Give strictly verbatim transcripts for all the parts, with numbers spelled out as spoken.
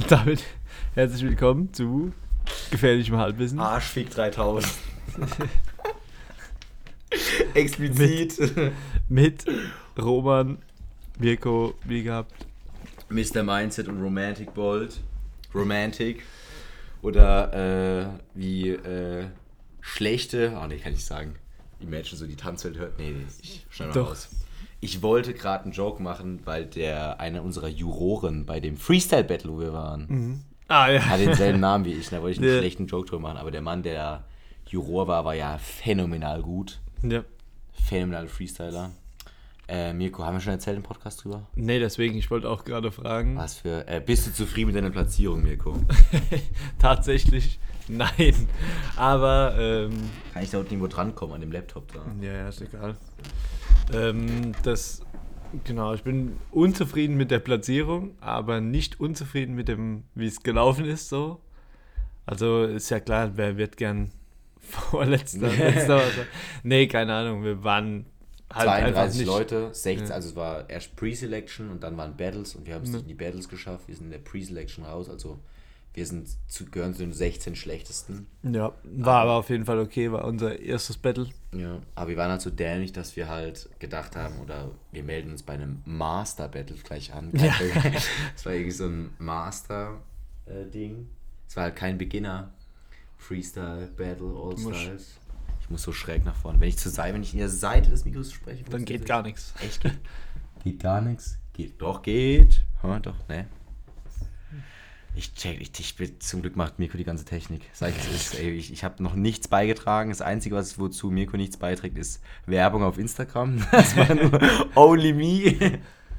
Und damit herzlich willkommen zu Gefährlichem Halbwissen. Arschfick dreitausend. Explizit. Mit, mit Roman, Mirko, wie gehabt. Mister Mindset und Romantic Bold. Romantic. Oder äh, wie äh, schlechte. Oh ne, kann ich sagen. Imagine so die Tanzwelt hört. Nee, ich schneide mal Doch. raus. Ich wollte gerade einen Joke machen, weil der einer unserer Juroren bei dem Freestyle-Battle, wo wir waren, Mhm. Ah ja. hat denselben Namen wie ich. Da wollte ich einen Ja. schlechten Joke drüber machen. Aber der Mann, der Juror war, war ja phänomenal gut. Ja. Phänomenal Freestyler. Äh, Mirko, haben wir schon erzählt im Podcast drüber? Nee, deswegen, ich wollte auch gerade fragen. Was für. Äh, bist du zufrieden mit deiner Platzierung, Mirko? Tatsächlich nein. Aber, ähm, Kann ich da unten irgendwo drankommen an dem Laptop da? ja, ja, ist egal. Ähm, das, genau, ich bin unzufrieden mit der Platzierung, aber nicht unzufrieden mit dem, wie es gelaufen ist, so. Also ist ja klar, wer wird gern vorletzter, letzter, oder? Nee, keine Ahnung, wir waren halt einfach zweiunddreißig nicht. Leute, sechzehn, Ja. also es war erst Pre-Selection und dann waren Battles und wir haben es Ja. nicht in die Battles geschafft, wir sind in der Pre-Selection raus, also wir sind zu, gehören zu den sechzehn schlechtesten. Ja, war aber auf jeden Fall okay, war unser erstes Battle. Ja, aber wir waren halt so dämlich, dass wir halt gedacht haben, oder wir melden uns bei einem Master-Battle gleich an. Ja. Es war irgendwie so ein Master-Ding. Es war halt kein Beginner-Freestyle-Battle, All-Styles. Ich muss so schräg nach vorne. Wenn ich zur Seite, wenn ich in der Seite des Mikros spreche, Dann geht gar nichts. Echt? Geht, geht gar nichts? Geht. Doch, geht. Ja, doch, ne. Ich check, ich, ich bin, zum Glück macht Mirko die ganze Technik. Sag ich, es ist, ey, ich, ich habe noch nichts beigetragen. Das Einzige, was wozu Mirko nichts beiträgt, ist Werbung auf Instagram. Das war nur Only Me.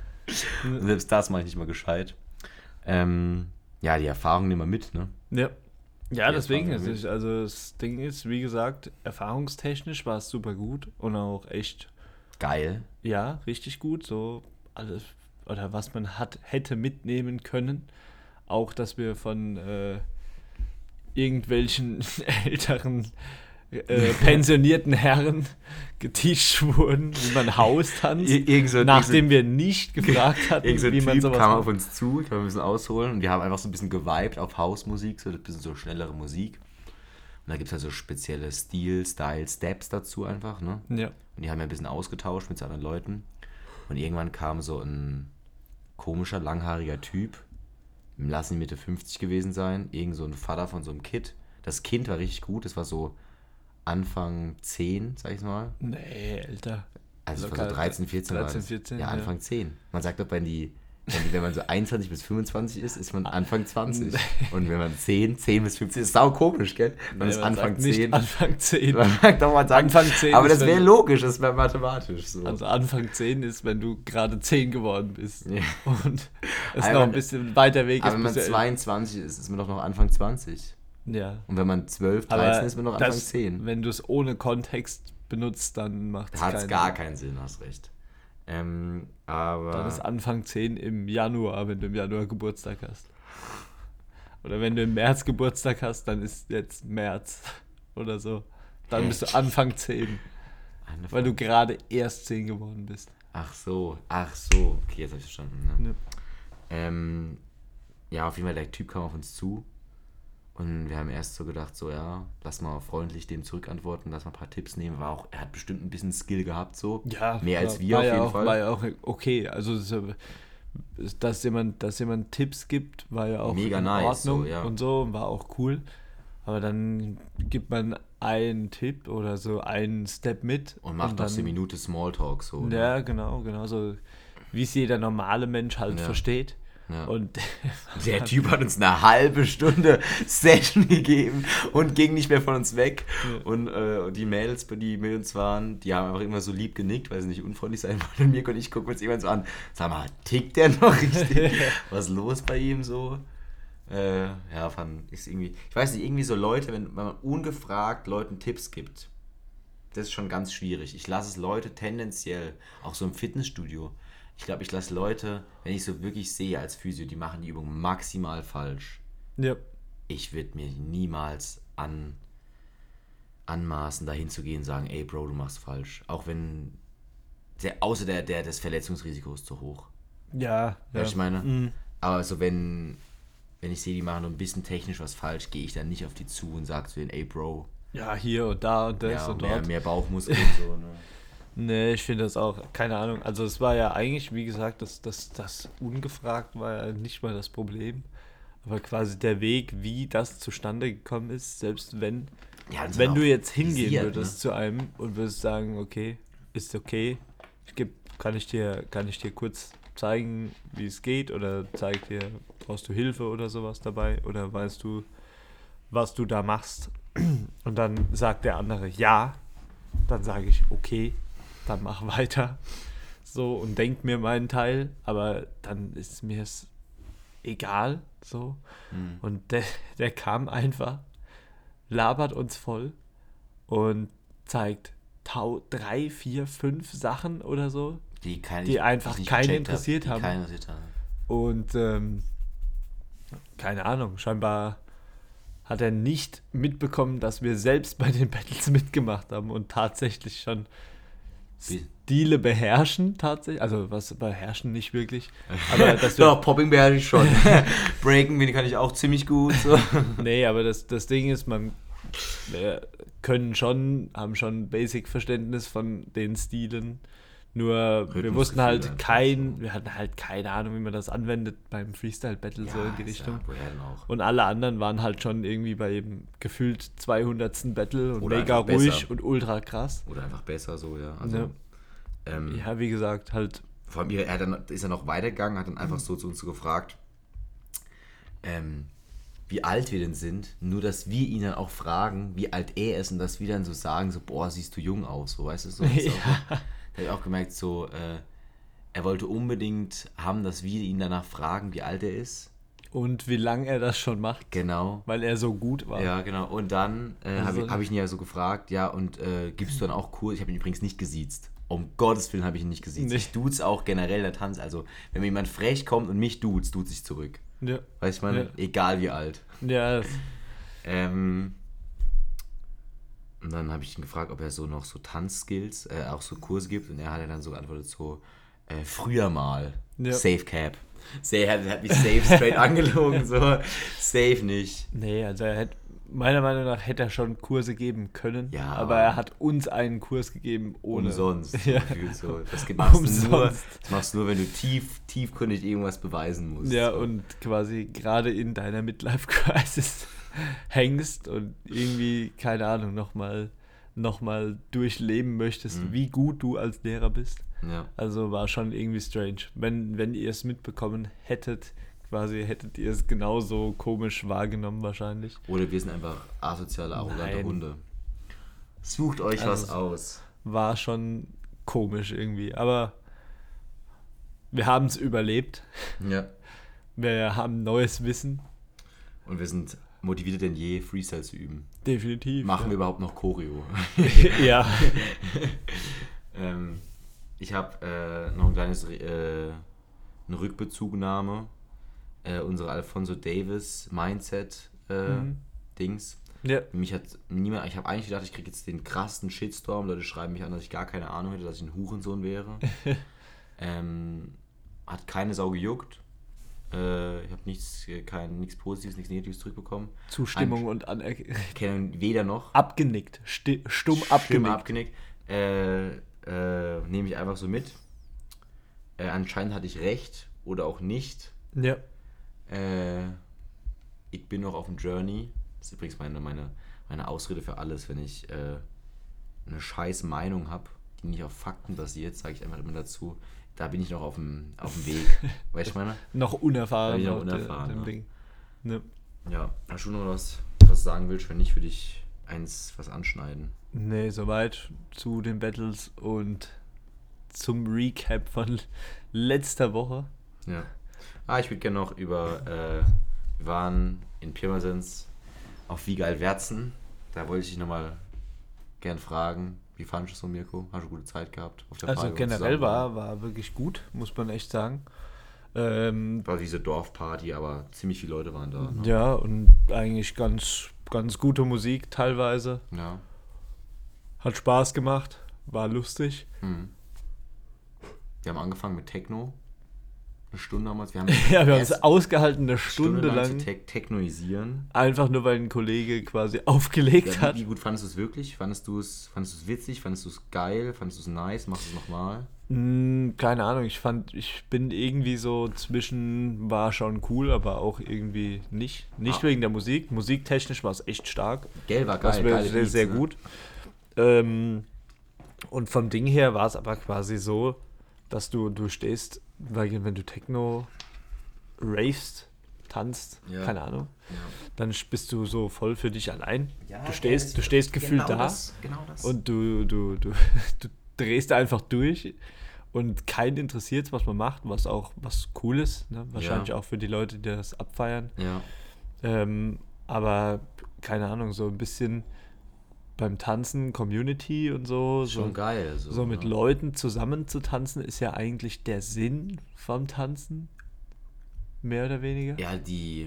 Und selbst das mache ich nicht mal gescheit. Ähm, ja, die Erfahrung nehmen wir mit, ne? Ja. Ja, Die deswegen, Erfahrung es ist, also das Ding ist, wie gesagt, erfahrungstechnisch war es super gut und auch echt, Geil. ja, richtig gut, so alles, oder was man hat, hätte mitnehmen können. Auch, dass wir von äh, irgendwelchen älteren, äh, pensionierten Herren geteacht wurden, wie man Haus tanzt, Ir- irgend so- nachdem wir nicht gefragt hatten, Irgend so ein wie man Typ sowas kam macht. auf uns zu, ich kann ein bisschen ausholen und wir haben einfach so ein bisschen gewiped auf Hausmusik, so ein bisschen so schnellere Musik. Und da gibt es halt so spezielle Stil, Style, Steps dazu einfach, ne? Ja. Und die haben wir ein bisschen ausgetauscht mit so anderen Leuten. Und irgendwann kam so ein komischer, langhaariger Typ, lass ihn Mitte fünfzig gewesen sein, irgend so ein Vater von so einem Kid. Das Kind war richtig gut, das war so Anfang zehn, sag ich mal. Nee, älter. Also es Locker war so dreizehn, vierzehn. war dreizehn, das. vierzehn, Ja, ja. Anfang zehn. Man sagt doch, wenn, die, wenn, die, wenn man so einundzwanzig bis fünfundzwanzig ist, ist man Anfang zwanzig. Und wenn man zehn, zehn bis fünfzehn ist, sau komisch, gell? Man Nee, ist man Anfang sagt nicht zehn. Anfang zehn. Man mag doch mal sagen, Anfang zehn aber ist, das wenn wäre du- logisch, das wäre mathematisch so. Also Anfang zehn ist, wenn du gerade zehn geworden bist. Ja. Und es Aber noch ein wenn- bisschen weiter Weg aber ist. wenn man bis du- zweiundzwanzig ist, ist man doch noch Anfang zwanzig. Ja. Und wenn man zwölf, Aber dreizehn ist man noch Anfang das, zehn. wenn du es ohne Kontext benutzt, dann macht es Da hat es keinen gar Sinn. keinen Sinn, hast recht. Ähm, aber... Dann ist Anfang zehn im Januar, wenn du im Januar Geburtstag hast. Oder wenn du im März Geburtstag hast, dann ist jetzt März oder so. Dann bist du Anfang zehn, Anfang- weil du gerade erst zehn geworden bist. Ach so, ach so. Okay, jetzt habe ich verstanden. Ne? Ja. Ähm, ja, auf jeden Fall, der Typ kam auf uns zu und wir haben erst so gedacht, so ja, lass mal freundlich dem zurückantworten, lass mal ein paar Tipps nehmen. War auch, er hat bestimmt ein bisschen Skill gehabt, so. Ja, Mehr war, als wir war auf ja jeden auch, Fall. War ja auch okay. Also, so, dass jemand, dass jemand Tipps gibt, war ja auch Mega in nice, Ordnung so, ja. und so, war auch cool. Aber dann gibt man einen Tipp oder so einen Step mit. Und macht noch dann, so eine Minute Smalltalk, so. ne? Ja, genau, genau so, wie es jeder normale Mensch halt Ja. versteht. Ja. Und Der Typ hat uns eine halbe Stunde Session gegeben und ging nicht mehr von uns weg. Ja. Und äh, die Mädels, die mit uns waren, die haben einfach immer so lieb genickt, weil sie nicht unfreundlich sein wollten. Und Mirko und ich gucken uns jemand so an. Sag mal, tickt der noch richtig? Was ist los bei ihm so? Äh, ja, fand ist irgendwie. Ich weiß nicht, irgendwie so Leute, wenn, wenn man ungefragt Leuten Tipps gibt, das ist schon ganz schwierig. Ich lasse es Leute tendenziell, auch so im Fitnessstudio. Ich glaube, ich lasse Leute, wenn ich so wirklich sehe als Physio, die machen die Übung maximal falsch. ja, Ich würde mir niemals an, anmaßen, dahin zu gehen und sagen, ey Bro, du machst falsch. Auch wenn, der, außer der, der, das Verletzungsrisiko ist zu hoch. ja, Weißt du, ich meine? Mhm. Aber so wenn, wenn ich sehe, die machen nur ein bisschen technisch was falsch, gehe ich dann nicht auf die zu und sage zu denen, ey Bro. Ja, hier und da und das ja, und mehr, dort. mehr Bauchmuskeln und so, ne? Nee, ich finde das auch, keine Ahnung. Also es war ja eigentlich, wie gesagt, das, das, das ungefragt war ja nicht mal das Problem. Aber quasi der Weg, wie das zustande gekommen ist, selbst wenn, Ja, das wenn hat du auch jetzt hingehen visiert, würdest ne? zu einem und würdest sagen, okay, ist okay, ich geb, kann ich dir, kann ich dir kurz zeigen, wie es geht, oder zeig dir, brauchst du Hilfe oder sowas dabei, oder weißt du, was du da machst? Und dann sagt der andere ja, dann sage ich okay, dann mach weiter. So, und denk mir meinen Teil, aber dann ist mir es egal, so. Hm. Und der, der kam einfach, labert uns voll und zeigt tau, drei, vier, fünf Sachen oder so, Die, keine, die einfach ich nicht keinen gecheckt interessiert hab, haben. Die keinen interessiert haben. Und ähm, keine Ahnung, scheinbar hat er nicht mitbekommen, dass wir selbst bei den Battles mitgemacht haben und tatsächlich schon Wie? Stile beherrschen, tatsächlich. Also was beherrschen nicht wirklich. Aber dass wir, Doch, Popping beherrsche ich schon. Breaken kann ich auch ziemlich gut. So. nee, aber das, das Ding ist, man wir können schon, haben schon Basic-Verständnis von den Stilen. Nur wir wussten halt einfach kein, so. wir hatten halt keine Ahnung, wie man das anwendet beim Freestyle-Battle, so in die ist Richtung. Ja, woher denn auch? Und alle anderen waren halt schon irgendwie bei eben gefühlt zweihundertsten Battle und Oder mega einfach ruhig besser. und ultra krass. Oder einfach besser so, ja. Also, Ja. ähm, Ja, wie gesagt, halt. Vor allem, er hat dann, ist er noch weitergegangen, hat dann einfach so zu uns so gefragt, ähm, wie alt wir denn sind, nur dass wir ihn dann auch fragen, wie alt er ist und dass wir dann so sagen, so, boah, siehst du jung aus, so, weißt du, so. Ja. Da habe ich auch gemerkt, so, äh, er wollte unbedingt haben, dass wir ihn danach fragen, wie alt er ist. Und wie lange er das schon macht, Genau. weil er so gut war. Ja, genau. Und dann äh, Also- habe ich, hab ich ihn ja so gefragt, ja, und äh, gibst du dann auch Kurs? Ich habe ihn übrigens nicht gesiezt. Um Gottes Willen habe ich ihn nicht gesiezt. Nee. Ich duze auch generell der Tanz. Also, wenn mir jemand frech kommt und mich duzt, duze ich zurück. Ja, Weißt du, ich meine, Ja. egal wie alt. ja das, Ähm, und dann habe ich ihn gefragt, ob er so noch so Tanzskills, äh, auch so Kurse gibt. Und er hat dann so geantwortet, so, äh, früher mal. Ja. Safe Cap. Er hat, hat mich safe straight angelogen, so. Safe nicht. nee, also er hätte, meiner Meinung nach hätte er schon Kurse geben können, Ja, aber aber- er hat uns einen Kurs gegeben ohne. Umsonst. Ja. Gefühlt so. Das geht- machst du nur, Umsonst. das machst du nur, wenn du tief, tiefgründig irgendwas beweisen musst. Ja, so. und quasi gerade in deiner Midlife-Crisis hängst und irgendwie, keine Ahnung, nochmal noch mal durchleben möchtest, Mhm. wie gut du als Lehrer bist. Ja. Also war schon irgendwie strange. Wenn, wenn ihr es mitbekommen hättet, quasi hättet ihr es genauso komisch wahrgenommen wahrscheinlich. Oder wir sind einfach asoziale, arrogante Nein. Hunde. Sucht euch Also- was aus. War schon komisch irgendwie. Aber wir haben es überlebt. Ja. Wir haben neues Wissen. Und wir sind motivierter denn je, Freestyle zu üben. Definitiv. Machen wir ja. überhaupt noch Choreo? Ja. ähm, ich habe äh, noch ein kleines äh, eine Rückbezugnahme. Äh, unsere Alfonso Davis Mindset äh, Mhm. Dings. Ja. Mich hat niemand, ich habe eigentlich gedacht, ich kriege jetzt den krassen Shitstorm. Leute schreiben mich an, dass ich gar keine Ahnung hätte, dass ich ein Hurensohn wäre. ähm, hat keine Sau gejuckt. Äh, ich habe nichts, kein, nichts Positives, nichts Negatives zurückbekommen. Zustimmung und Anerkennung. Kennen weder noch. Abgenickt. Sti stumm Stimme abgenickt. abgenickt. Äh, äh, nehme ich einfach so mit. Äh, anscheinend hatte ich recht oder auch nicht. Ja. Äh, ich bin noch auf dem Journey. Das ist übrigens meine, meine, meine Ausrede für alles. Wenn ich äh, eine scheiß Meinung habe, die nicht auf Fakten basiert, sage ich einfach immer dazu, da bin ich noch auf dem, auf dem Weg. Weißt du, meine? Noch unerfahren. Da bin ich noch auf der- unerfahren, dem ja. Ding. Ne. Ja, hast du noch was, was du sagen willst? Wenn nicht, würde ich eins was anschneiden. Nee, soweit zu den Battles und zum Recap von letzter Woche. Ja. Ah, ich würde gerne noch über, äh, wir waren in Pirmasens auf Wie geil Werzen. Da wollte ich dich nochmal gern fragen, wie fandest du es so, Mirko? Hast du gute Zeit gehabt? Auf der Also Fahrt, wo wir generell zusammen waren? war, war wirklich gut, muss man echt sagen. Ähm, War diese Dorfparty, aber ziemlich viele Leute waren da. Ne? ja, und eigentlich ganz, ganz gute Musik teilweise. Ja. Hat Spaß gemacht, war lustig. Hm. Wir haben angefangen mit Techno. Eine Stunde haben wir uns. Wir haben Ja, wir haben es erst ausgehalten, eine eine Stunde, Stunde lang lang. zu te- technoisieren. Einfach nur, weil ein Kollege quasi aufgelegt Ja, hat. wie, wie gut fandest du es wirklich? Fandest du es fandest du es witzig? Fandest du es geil? Fandest du es nice? Machst du es nochmal? Hm, keine Ahnung, ich fand, ich bin irgendwie so zwischen, war schon cool, aber auch irgendwie nicht. Nicht Ah. wegen der Musik. Musiktechnisch war es echt stark. Gell, war Das geil. wäre geile sehr, Beats, sehr ne? gut. Ähm, und vom Ding her war es aber quasi so, dass du, du stehst, weil wenn du Techno ravest, tanzt, Ja. keine Ahnung, Ja. dann bist du so voll für dich allein. Ja, du stehst, gell, du stehst gefühlt genau da Das, genau das. und du, du, du, du drehst einfach durch und keinen interessiert, was man macht, was auch was cool ist, ne? Wahrscheinlich Ja. auch für die Leute, die das abfeiern. ja. Ähm, aber keine Ahnung, so ein bisschen beim Tanzen, Community und so, Schon so, geil. So, so mit ne? Leuten zusammen zu tanzen, ist ja eigentlich der Sinn vom Tanzen, mehr oder weniger. Ja, die.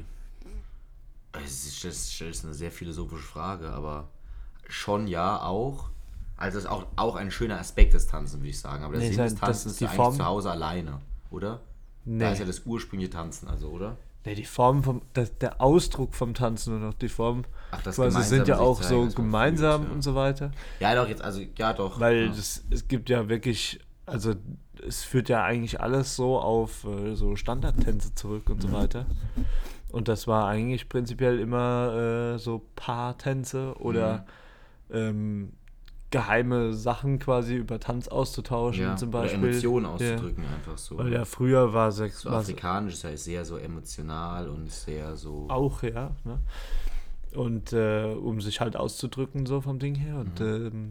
Es ist, das ist eine sehr philosophische Frage, aber schon ja auch. Also, das ist auch, auch ein schöner Aspekt des Tanzen, würde ich sagen. Aber der Nee, Sinn sein- des das Tanzens ist ist die ja eigentlich Form- zu Hause alleine, oder? Nee. Da ist ja das ursprüngliche Tanzen, also, oder? Nee, die Form vom, der, der Ausdruck vom Tanzen und auch die Form Ach, das quasi gemeinsame sind ja sich auch zeigen, so dass man gemeinsam fühlt, ja. und so weiter. Ja, doch, jetzt, also, ja, doch. Weil ja. das, es gibt ja wirklich, also es führt ja eigentlich alles so auf äh, so Standardtänze zurück und so weiter. Und das war eigentlich prinzipiell immer äh, so Paartänze oder ähm, geheime Sachen quasi über Tanz auszutauschen ja. zum Oder Beispiel. Emotionen Ja. auszudrücken, einfach so. Weil ja früher war Sex So war afrikanisch ist ja sehr so emotional und sehr so. auch, ja. Ne? Und äh, um sich halt auszudrücken, so vom Ding her. Und ähm,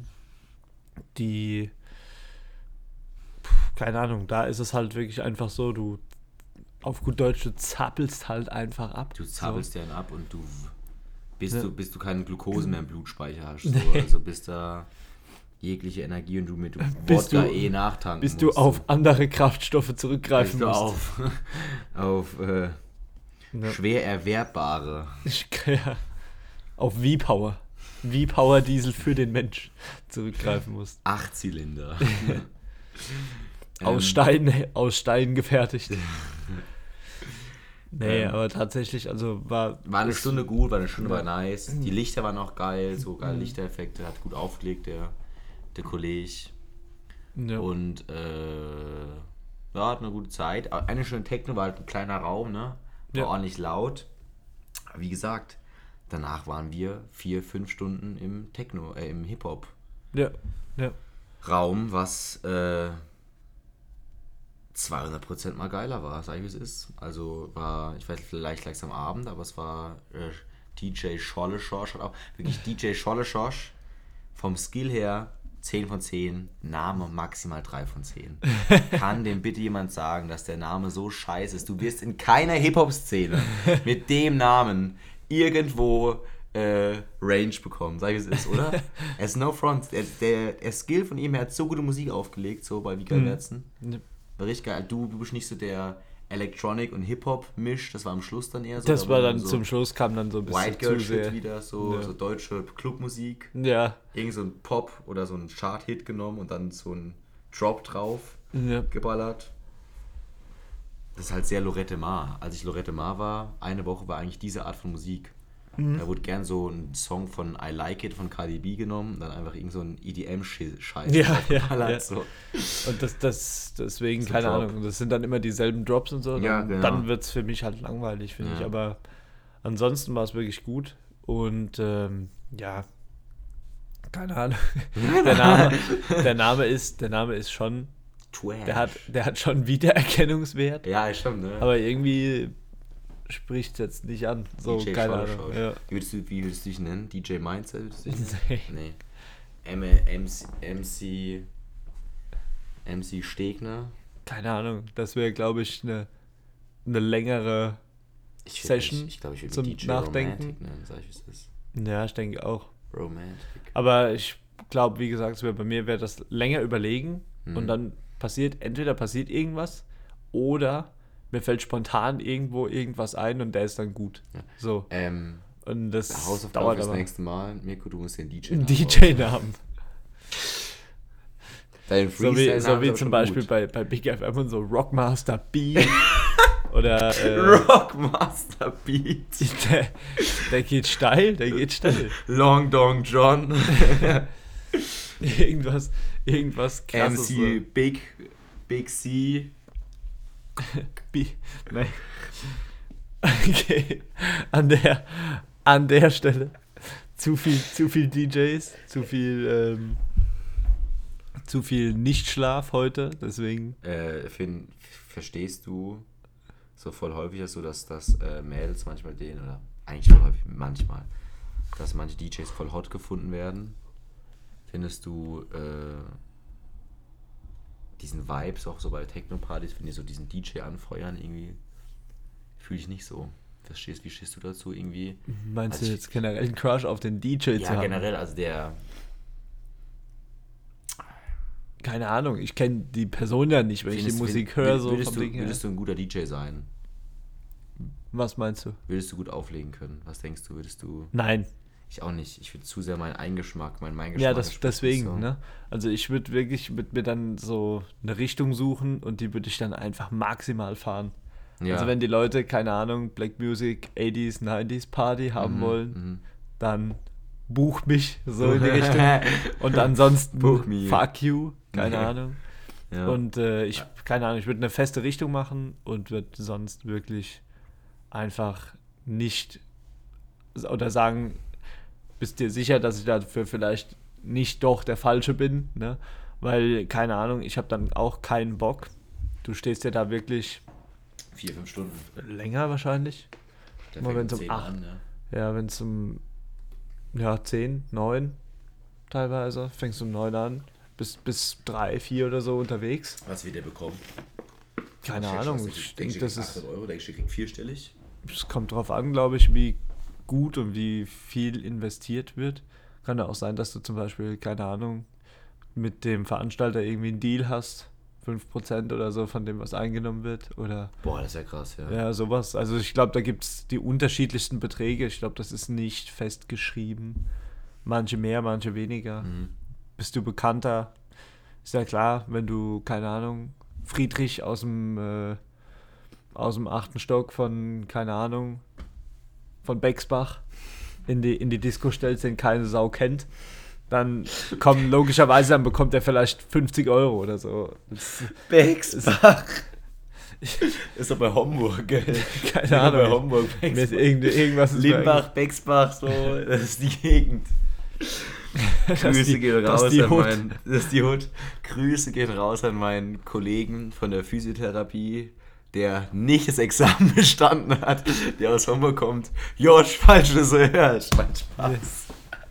die, pf, keine Ahnung, da ist es halt wirklich einfach so, du, auf gut Deutsch, du zappelst halt einfach ab. Du zappelst dir einen ab und du bis Ja. du bis du keine Glukose mehr im Blutspeicher hast. So. Nee. Also bis da jegliche Energie und du mit Bis Wodka du- eh nachtanken Bis du musst. auf andere Kraftstoffe bis zurückgreifen du musst. auf, auf äh, Ja. schwer erwerbbare. Ich, ja, auf V-Power. V-Power Diesel für den Mensch zurückgreifen musst. Achtzylinder. Aus Ähm, Stein, aus Stein gefertigt. Nee, Ähm, aber tatsächlich, also war. War eine es- Stunde gut, war eine Stunde Ja. war nice. Die Lichter waren auch geil, so Mhm. geile Lichtereffekte, hat gut aufgelegt, der, der Kollege. Ja. Und äh, ja, hat eine gute Zeit. Aber eine schöne Techno war halt ein kleiner Raum, ne? War Ja. ordentlich laut. Aber wie gesagt, danach waren wir vier, fünf Stunden im Techno, äh, im Hip-Hop-Raum, ja, ja. was äh, zweihundert Prozent mal geiler war, sag ich wie es ist. Also war, ich weiß, vielleicht lag es am Abend, aber es war äh, D J Scholleschosch, hat auch wirklich D J Scholleschosch vom Skill her zehn von zehn, Name maximal drei von zehn. Kann dem bitte jemand sagen, dass der Name so scheiße ist? Du wirst in keiner Hip-Hop-Szene mit dem Namen irgendwo äh, Range bekommen, sag ich es ist, oder? Es ist no front. Der, der, der Skill von ihm, er hat so gute Musik aufgelegt, so bei Vika Mhm. Wertzen. Ja. War richtig geil. Du, du bist nicht so der Electronic- und Hip-Hop-Misch, das war am Schluss dann eher so. Das da war war dann so zum Schluss, kam dann so ein bisschen White zu Girl sehr. Shit wieder, so, Ja. so deutsche Clubmusik. Ja, Irgend so ein Pop oder so ein Chart-Hit genommen und dann so ein Drop drauf ja. geballert. Das ist halt sehr Lorette Mar. Als ich Lorette Mar war, eine Woche war eigentlich diese Art von Musik. Mhm. Da wurde gern so ein Song von I Like It von Cardi B genommen und dann einfach irgend so ein E D M-Scheiß Ja, draufgeballert. ja, ja. So. Und das, das, deswegen, So ein keine Drop. Ahnung, das sind dann immer dieselben Drops und so. Ja, dann genau. dann wird es für mich halt langweilig, finde Ja. ich. Aber ansonsten war es wirklich gut. Und ähm, ja, keine Ahnung. der, Name, der, Name ist, der Name ist schon, Trash. der hat, der hat schon Wiedererkennungswert. Ja, stimmt, ne? Aber irgendwie spricht es jetzt nicht an. So, D J keine Scholle Ahnung. Schorsch. Ja. Wie würdest du, wie würdest du dich nennen? D J Mindset würdest du dich nennen? Nee. Nee. M M C, M C, M C Stegner. Keine Ahnung. Das wäre, glaube ich, eine eine längere. Ich würd Session mich- Ich glaube, ich würde zum mich D J Nachdenken. Romantic nennen, sag ich, wie es ist. Ja, ich denke auch. Romantic. Aber ich glaube, wie gesagt, es wär, bei mir wäre das länger überlegen Mhm. und dann passiert, entweder passiert irgendwas oder mir fällt spontan irgendwo irgendwas ein und der ist dann gut. Ja. So. Ähm, Und das Hausaufgabe dauert fürs aber. nächste Mal. Mirko, du musst den D J Ein Namen D J-Namen. Dein So wie, Freestyle so wie zum Beispiel bei, bei Big F M und so Rockmaster B. Oder äh, Rockmaster Beats. der, der geht steil, der geht steil. Long Dong John. Irgendwas, irgendwas M krasses. C Big, Big C. B. Nein. Okay. An der, an der Stelle zu viel, zu viel D Js, zu viel, ähm, zu viel Nichtschlaf heute, deswegen. Äh, Finn, verstehst du so voll häufig ist so, dass, dass äh, Mädels manchmal den, oder eigentlich voll häufig, manchmal, dass manche D Js voll hot gefunden werden? Findest du äh, diesen Vibes auch so bei Techno-Partys, wenn die so diesen D J anfeuern, irgendwie fühle ich nicht so. Verstehst, wie stehst du dazu irgendwie? Meinst Also du ich- jetzt generell einen Crush auf den D J zu Ja, haben? generell, also der, Keine Ahnung, ich kenne die Person ja nicht, wenn ich die findest- Musik würd- höre, so würdest, vom du, Ding her. würdest du ein guter D J sein? Was meinst du? Würdest du gut auflegen können? Was denkst du, würdest du... Nein. Ich auch nicht. Ich würde zu sehr meinen Eingeschmack, mein mein Ja, Geschmack das, entspricht deswegen, nicht so. ne? Also ich würde wirklich mit mir dann so eine Richtung suchen und die würde ich dann einfach maximal fahren. Ja. Also wenn die Leute, keine Ahnung, Black Music, achtziger, neunziger Party haben Mhm, wollen, mhm. dann buch mich so in die Richtung. Und ansonsten Book me. fuck you, keine Ja. Ahnung. Ja. Und äh, ich, keine Ahnung, ich würde eine feste Richtung machen und würde sonst wirklich einfach nicht oder sagen, bist dir sicher, dass ich dafür vielleicht nicht doch der Falsche bin, ne? Weil, keine Ahnung, ich habe dann auch keinen Bock. Du stehst ja da wirklich Vier, fünf Stunden. länger wahrscheinlich. Der Mal, fängt wenn's um um zehn acht- an, ne? Ja, wenn es um ja, zehn, neun teilweise, fängst du um neun an, bis, bis drei, vier oder so unterwegs. Was wird der bekommen? Keine Was schätzt du, Ahnung, was der ich kriegt? denke, Denkst du, das der ist, kriegt achthundert Euro, denkst du, der kriegt vierstellig? es kommt drauf an, glaube ich, wie gut und wie viel investiert wird. Kann ja auch sein, dass du zum Beispiel, keine Ahnung, mit dem Veranstalter irgendwie einen Deal hast, fünf Prozent oder so von dem, was eingenommen wird, oder Boah, das ist ja krass, ja. ja, sowas. Also ich glaube, da gibt es die unterschiedlichsten Beträge. Ich glaube, das ist nicht festgeschrieben. Manche mehr, manche weniger. Mhm. Bist du bekannter? Ist ja klar, wenn du, keine Ahnung, Friedrich aus dem, äh, aus dem achten Stock von, keine Ahnung, von Bexbach in die, in die Disco stellst, den keine Sau kennt, dann kommen logischerweise, dann bekommt er vielleicht fünfzig Euro oder so. Das Bexbach. Ist doch bei Homburg, gell? keine Bei Ahnung. Homburg, Mir ist Bexbach. irgend, irgendwas ist mir Limbach, Bexbach, so, das ist die Gegend. Dass Grüße die- gehen dass raus die an Hut- meinen, das ist die Hut. Grüße gehen raus an meinen Kollegen von der Physiotherapie, der nicht das Examen bestanden hat, der aus Homburg kommt. Josh, falsches hörst. Mein Spaß.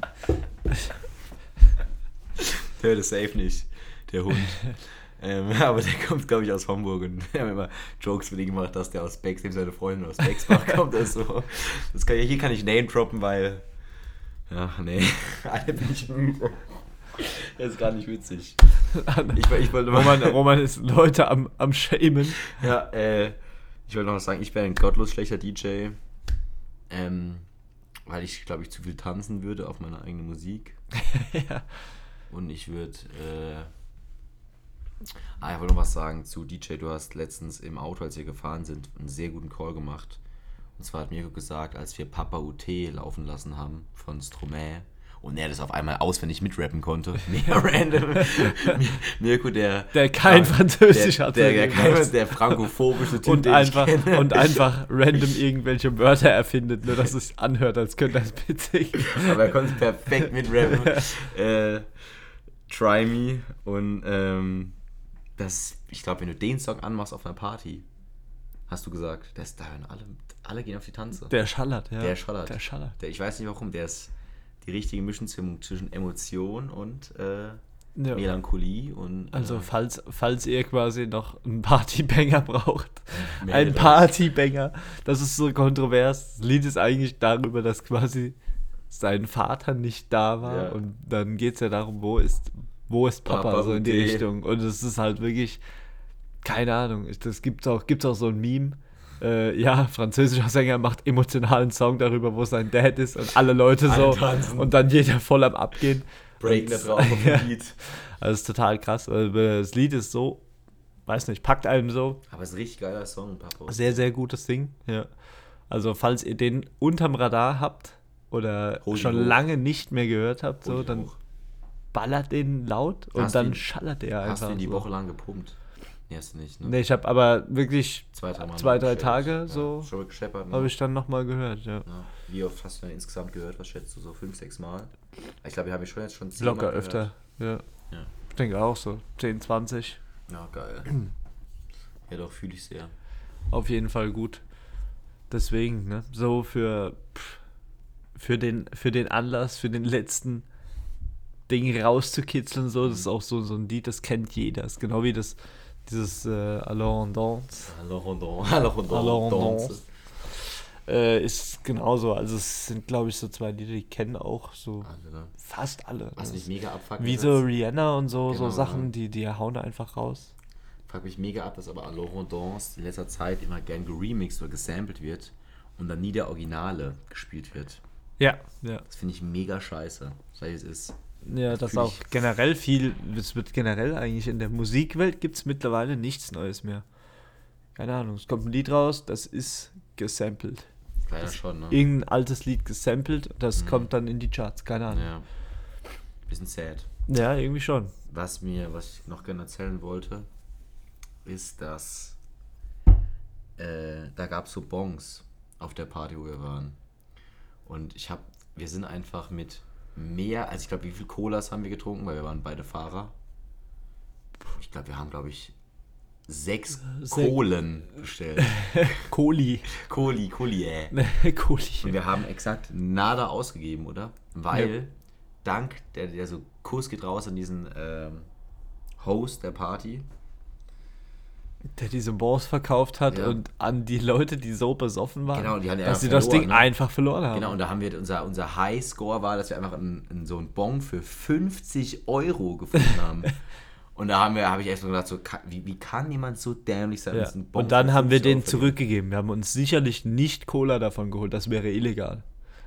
Der hört es safe nicht, der Hund. ähm, aber der kommt, glaube ich, aus Homburg und wir haben immer Jokes mit ihm gemacht, dass der aus Bex, dem seine Freundin aus Bexbach kommt. Also, das kann, hier kann ich Name droppen, weil ja, nee, alle bin ich müde. Das ist gar nicht witzig. Ich, ich wollte mal, Roman, Roman ist Leute am, am Shamen. ja, äh, ich wollte noch sagen, ich wäre ein gottlos schlechter D J, ähm, weil ich, glaube ich, zu viel tanzen würde auf meine eigene Musik. Ja. Und ich würde, äh, ah, ich wollte noch was sagen zu D J. Du hast letztens im Auto, als wir gefahren sind, einen sehr guten Call gemacht. Und zwar hat Mirko gesagt, als wir Papa U T laufen lassen haben von Stromae und er das auf einmal auswendig mitrappen konnte. Mega random. Mirko, der... Der kein Französisch der, hatte. Der, der, kein, der frankophobische Typ, und den einfach, ich kenne. und einfach random irgendwelche Wörter erfindet, nur dass es anhört, als könnte er es witzig. Aber er konnte es perfekt mitrappen. äh, Try Me. Und ähm, das, ich glaube, wenn du den Song anmachst auf einer Party, hast du gesagt, das, da hören alle, alle gehen auf die Tanze. Der schallert, ja. Der schallert. Der schallert. Der, ich weiß nicht warum, der ist die richtige Mischung zwischen Emotion und äh, Ja. Melancholie. Und, äh, Also falls, falls ihr quasi noch einen Partybanger braucht, meldet ein euch. Partybanger, das ist so kontrovers. Das Lied ist eigentlich darüber, dass quasi sein Vater nicht da war Ja. und dann geht es ja darum, wo ist, wo ist Papa, Papa so in die und die- Richtung. Und es ist halt wirklich, keine Ahnung, das gibt's auch, gibt's auch so ein Meme. Äh, ja, französischer Sänger macht emotionalen Song darüber, wo sein Dad ist und alle Leute Alle so tanzen. und dann jeder voll am Abgehen. breaken da Und- drauf auf Ja. dem Lied. Also es ist total krass. weil Das Lied ist so, weiß nicht, packt einem so. Aber es ist ein richtig geiler Song, Papa. Sehr, sehr gutes Ding. Ja. Also falls ihr den unterm Radar habt oder Hol ihn schon hoch. lange nicht mehr gehört habt, Hol so, ihn dann hoch. ballert den laut und Hast du dann ihn- schallert der einfach. Hast du ihn die so. Woche lang gepumpt? Nee, hast du nicht, ne? Nee, ich habe aber wirklich, Zwei, drei Mal. zwei, drei gescheppert. Tage Ja, so schon gescheppert, ne? habe ich dann nochmal gehört, ja. Ja. Wie oft hast du denn insgesamt gehört? Was schätzt du, so fünf, sechs Mal? Ich glaube, ich habe ich schon jetzt schon zehn Locker Mal gehört. öfter, ja. Ja. Ich denke auch so, zehn, zwanzig. Ja, geil. Ja, doch, fühle ich sehr. Auf jeden Fall gut. Deswegen, ne, so für, pff, für, den, für den Anlass, für den letzten Ding rauszukitzeln, so, das ist auch so, so ein Lied, das kennt jeder. Das ist genau wie das, dieses äh, Alors on danse. Hallo Rondon, hallo Rondon. Alors on Danse. danse. Äh, ist genauso. Also es sind, glaube ich, so zwei Lieder, die kennen auch so Alle, ne? fast alle. Was mich mega abfuckt. Wie ist so jetzt- Rihanna und so, Genau, so Sachen, ja. die, die hauen da einfach raus. Fuck mich mega ab, dass aber Alors Rondons in letzter Zeit immer gern geremixed oder gesampelt wird und dann nie der Originale gespielt wird. Ja, ja. Das finde ich mega scheiße. Sei es ist. Ja, das fühl auch ich- generell viel, es wird generell eigentlich in der Musikwelt gibt es mittlerweile nichts Neues mehr. Keine Ahnung, es kommt ein Lied raus, das ist gesampelt. Leider schon, ne? Irgendein altes Lied gesampelt, das Mhm. kommt dann in die Charts, keine Ahnung. Ja. Bisschen sad. Ja, irgendwie schon. Was mir, was ich noch gerne erzählen wollte, ist, dass äh, da gab es so Bongs auf der Party, wo wir waren. Und ich habe, wir sind einfach mit mehr, also ich glaube, wie viel Colas haben wir getrunken, weil wir waren beide Fahrer. Ich glaube, wir haben, glaube ich, sechs Sech- Kohlen bestellt. Kohli. Kohli, Kohli, äh. Und Kohli. wir haben exakt nada ausgegeben, oder? Weil, dank, der, der so Kuss geht raus an diesen ähm, Host der Party. Der diese Bons verkauft hat Ja. und an die Leute, die so besoffen waren, Genau, die haben ja dass sie einfach das verloren, Ding ne? einfach verloren haben. Genau, und da haben wir, unser, unser High-Score war, dass wir einfach einen, einen, so einen Bon für fünfzig Euro gefunden haben. Und da haben wir, habe ich erst mal gedacht, so, kann, wie, wie kann jemand so dämlich sein? Ja. uns einen Bon Und dann für haben wir fünfzig Euro den verdienen? zurückgegeben. Wir haben uns sicherlich nicht Cola davon geholt, das wäre illegal.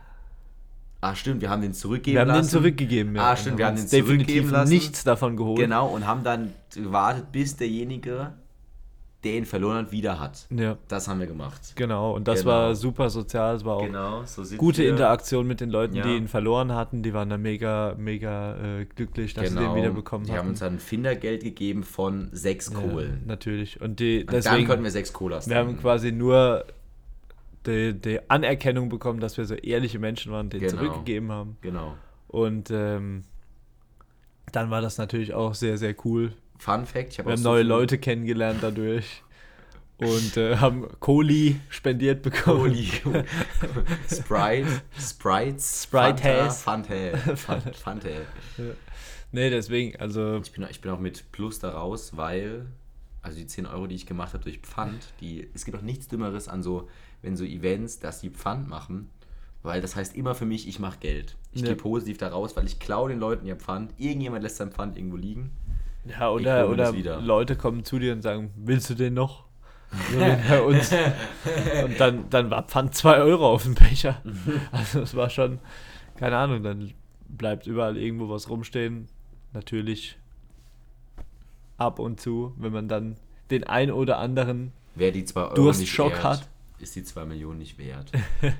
Ah, stimmt, wir haben den zurückgeben Wir haben lassen. den zurückgegeben, ja. Ah, Und stimmt, wir haben den uns definitiv zurückgeben lassen. nichts davon geholt. Genau, und haben dann gewartet, bis derjenige, der ihn verloren hat, wieder hat. Ja, Das haben wir gemacht. genau. Und das Genau. war super sozial. Es war auch Genau, so sind gute wir. Interaktion mit den Leuten, Ja. die ihn verloren hatten. Die waren dann mega, mega äh, glücklich, dass Genau. sie den wiederbekommen Die hatten. haben uns dann Findergeld gegeben von sechs Ja, Kohlen. natürlich. Und die, Und dann deswegen, konnten wir sechs Colas wir haben trinken. quasi nur die, die Anerkennung bekommen, dass wir so ehrliche Menschen waren, die ihn Genau. zurückgegeben haben. Genau. Und ähm, dann war das natürlich auch sehr, sehr cool. Fun Fact, ich habe Wir auch haben so neue viel- Leute kennengelernt dadurch. Und äh, haben Kohli spendiert bekommen. Holy Sprite, Sprites, Sprite Fanta, has. Fanta, Fanta, Fanta. Nee, deswegen, also Ich bin, ich bin auch mit Plus da raus, weil, also die zehn Euro, die ich gemacht habe durch Pfand, die, es gibt auch nichts Dümmeres an so, wenn so Events, dass die Pfand machen, weil das heißt immer für mich, ich mache Geld. Ich Ja. gehe positiv da raus, weil ich klaue den Leuten ihr Pfand, irgendjemand lässt sein Pfand irgendwo liegen. ja, Ich oder, hol mir das oder wieder. Leute kommen zu dir und sagen, willst du den noch? So wie bei uns. Und dann, dann war Pfand zwei Euro auf dem Becher. Also es war schon, keine Ahnung, dann bleibt überall irgendwo was rumstehen. Natürlich ab und zu, wenn man dann den ein oder anderen Wer die zwei Euro Durstschock nicht wert, hat. ist die zwei Millionen nicht wert.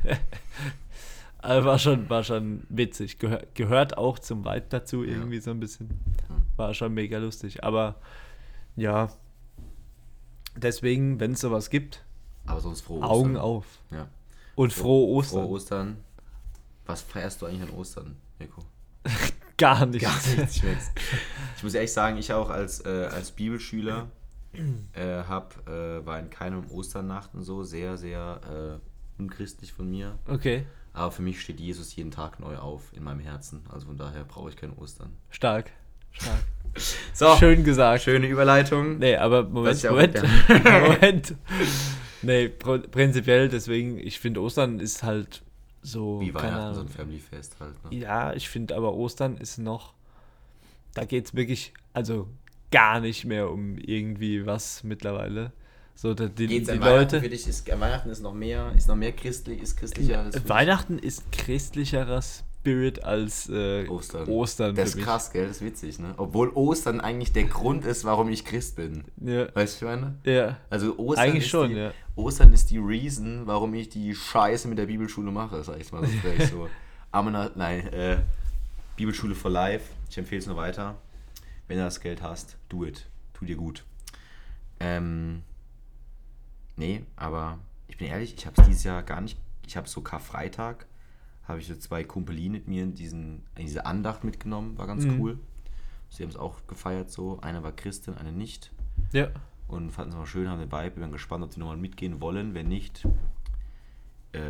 Also war schon, war schon witzig. Gehör, gehört auch zum Vibe dazu irgendwie so ein bisschen. War schon mega lustig. Aber ja, deswegen, wenn es sowas gibt, Aber sonst frohe Augen Ostern. auf. Ja. Und frohe Ostern. Frohe Ostern. Was feierst du eigentlich an Ostern, Nico? Gar nicht. Gar nichts. Ich, merk's. Ich muss ehrlich sagen, ich auch als, äh, als Bibelschüler äh, hab, äh, war in keinem Osternachten so sehr, sehr äh, unchristlich von mir. Okay, Aber für mich steht Jesus jeden Tag neu auf in meinem Herzen. Also von daher brauche ich kein Ostern. stark. Stark. So, Schön gesagt. schöne Überleitung. Nee, aber Das Moment, ist ja auch Moment. der- Moment. Nee, pr- prinzipiell, deswegen, ich finde Ostern ist halt so, Wie keine Weihnachten, so Ahnung. ein Family-Fest halt. Ne? Ja, ich finde aber Ostern ist noch, da geht es wirklich, also gar nicht mehr um irgendwie was mittlerweile. So, da, die, Geht's die an Weihnachten Leute. für dich? Ist, Weihnachten ist noch mehr, ist noch mehr christlich, ist christlicher. als für dich? Weihnachten ist christlicheres Spirit als äh, Ostern. Ostern Das für ist mich. krass, gell? Das ist witzig, ne? Obwohl Ostern eigentlich der Grund ist, warum ich Christ bin. Ja. Weißt du, was ich meine? Ja. Also Ostern Eigentlich ist schon, die, ja. Ostern ist die Reason, warum ich die Scheiße mit der Bibelschule mache, sag ich mal so frech so. Amena, nein, äh, Bibelschule for Life. Ich empfehle es nur weiter. Wenn du das Geld hast, do it. Tu dir gut. Ähm, nee, aber ich bin ehrlich, ich habe es dieses Jahr gar nicht, ich habe so Karfreitag, habe ich so zwei Kumpelinen mit mir in, diesen, in diese Andacht mitgenommen, war ganz Mhm. cool. Sie haben es auch gefeiert so, eine war Christin, eine nicht. Ja. Und fanden es auch schön, haben den Vibe, wir waren gespannt, ob sie nochmal mitgehen wollen, wenn nicht, äh,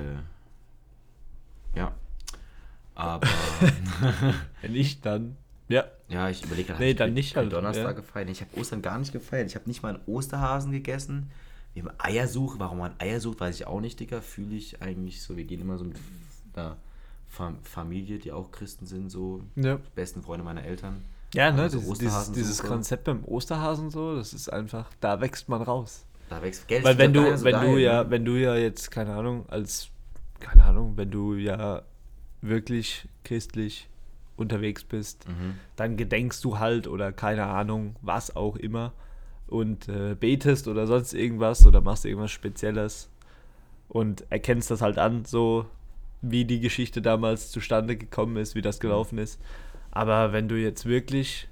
ja, aber, Wenn nicht, dann. Ja. ja, ich überlege gerade, Nee, hab ich dann keinen nicht halt, Donnerstag ja. gefeiert, ich habe Ostern gar nicht gefeiert, ich habe nicht mal einen Osterhasen gegessen, wir haben Eiersuche, warum man Eier sucht, weiß ich auch nicht, Digga, fühle ich eigentlich so, wir gehen immer so mit einer Fam- Familie, die auch Christen sind, so, Ja. besten Freunde meiner Eltern. Ja, ne, Aber so dieses, dieses, Osterhasensuche. dieses Konzept beim Osterhasen so, das ist einfach, da wächst man raus. Da wächst Geld. Weil ist wenn doch du, keiner so wenn geil, du ja, ne? wenn du ja jetzt, keine Ahnung, als, keine Ahnung, wenn du ja wirklich christlich unterwegs bist, Mhm. dann gedenkst du halt oder keine Ahnung, was auch immer und äh, betest oder sonst irgendwas oder machst irgendwas Spezielles und erkennst das halt an, so wie die Geschichte damals zustande gekommen ist, wie das gelaufen ist. Aber wenn du jetzt wirklich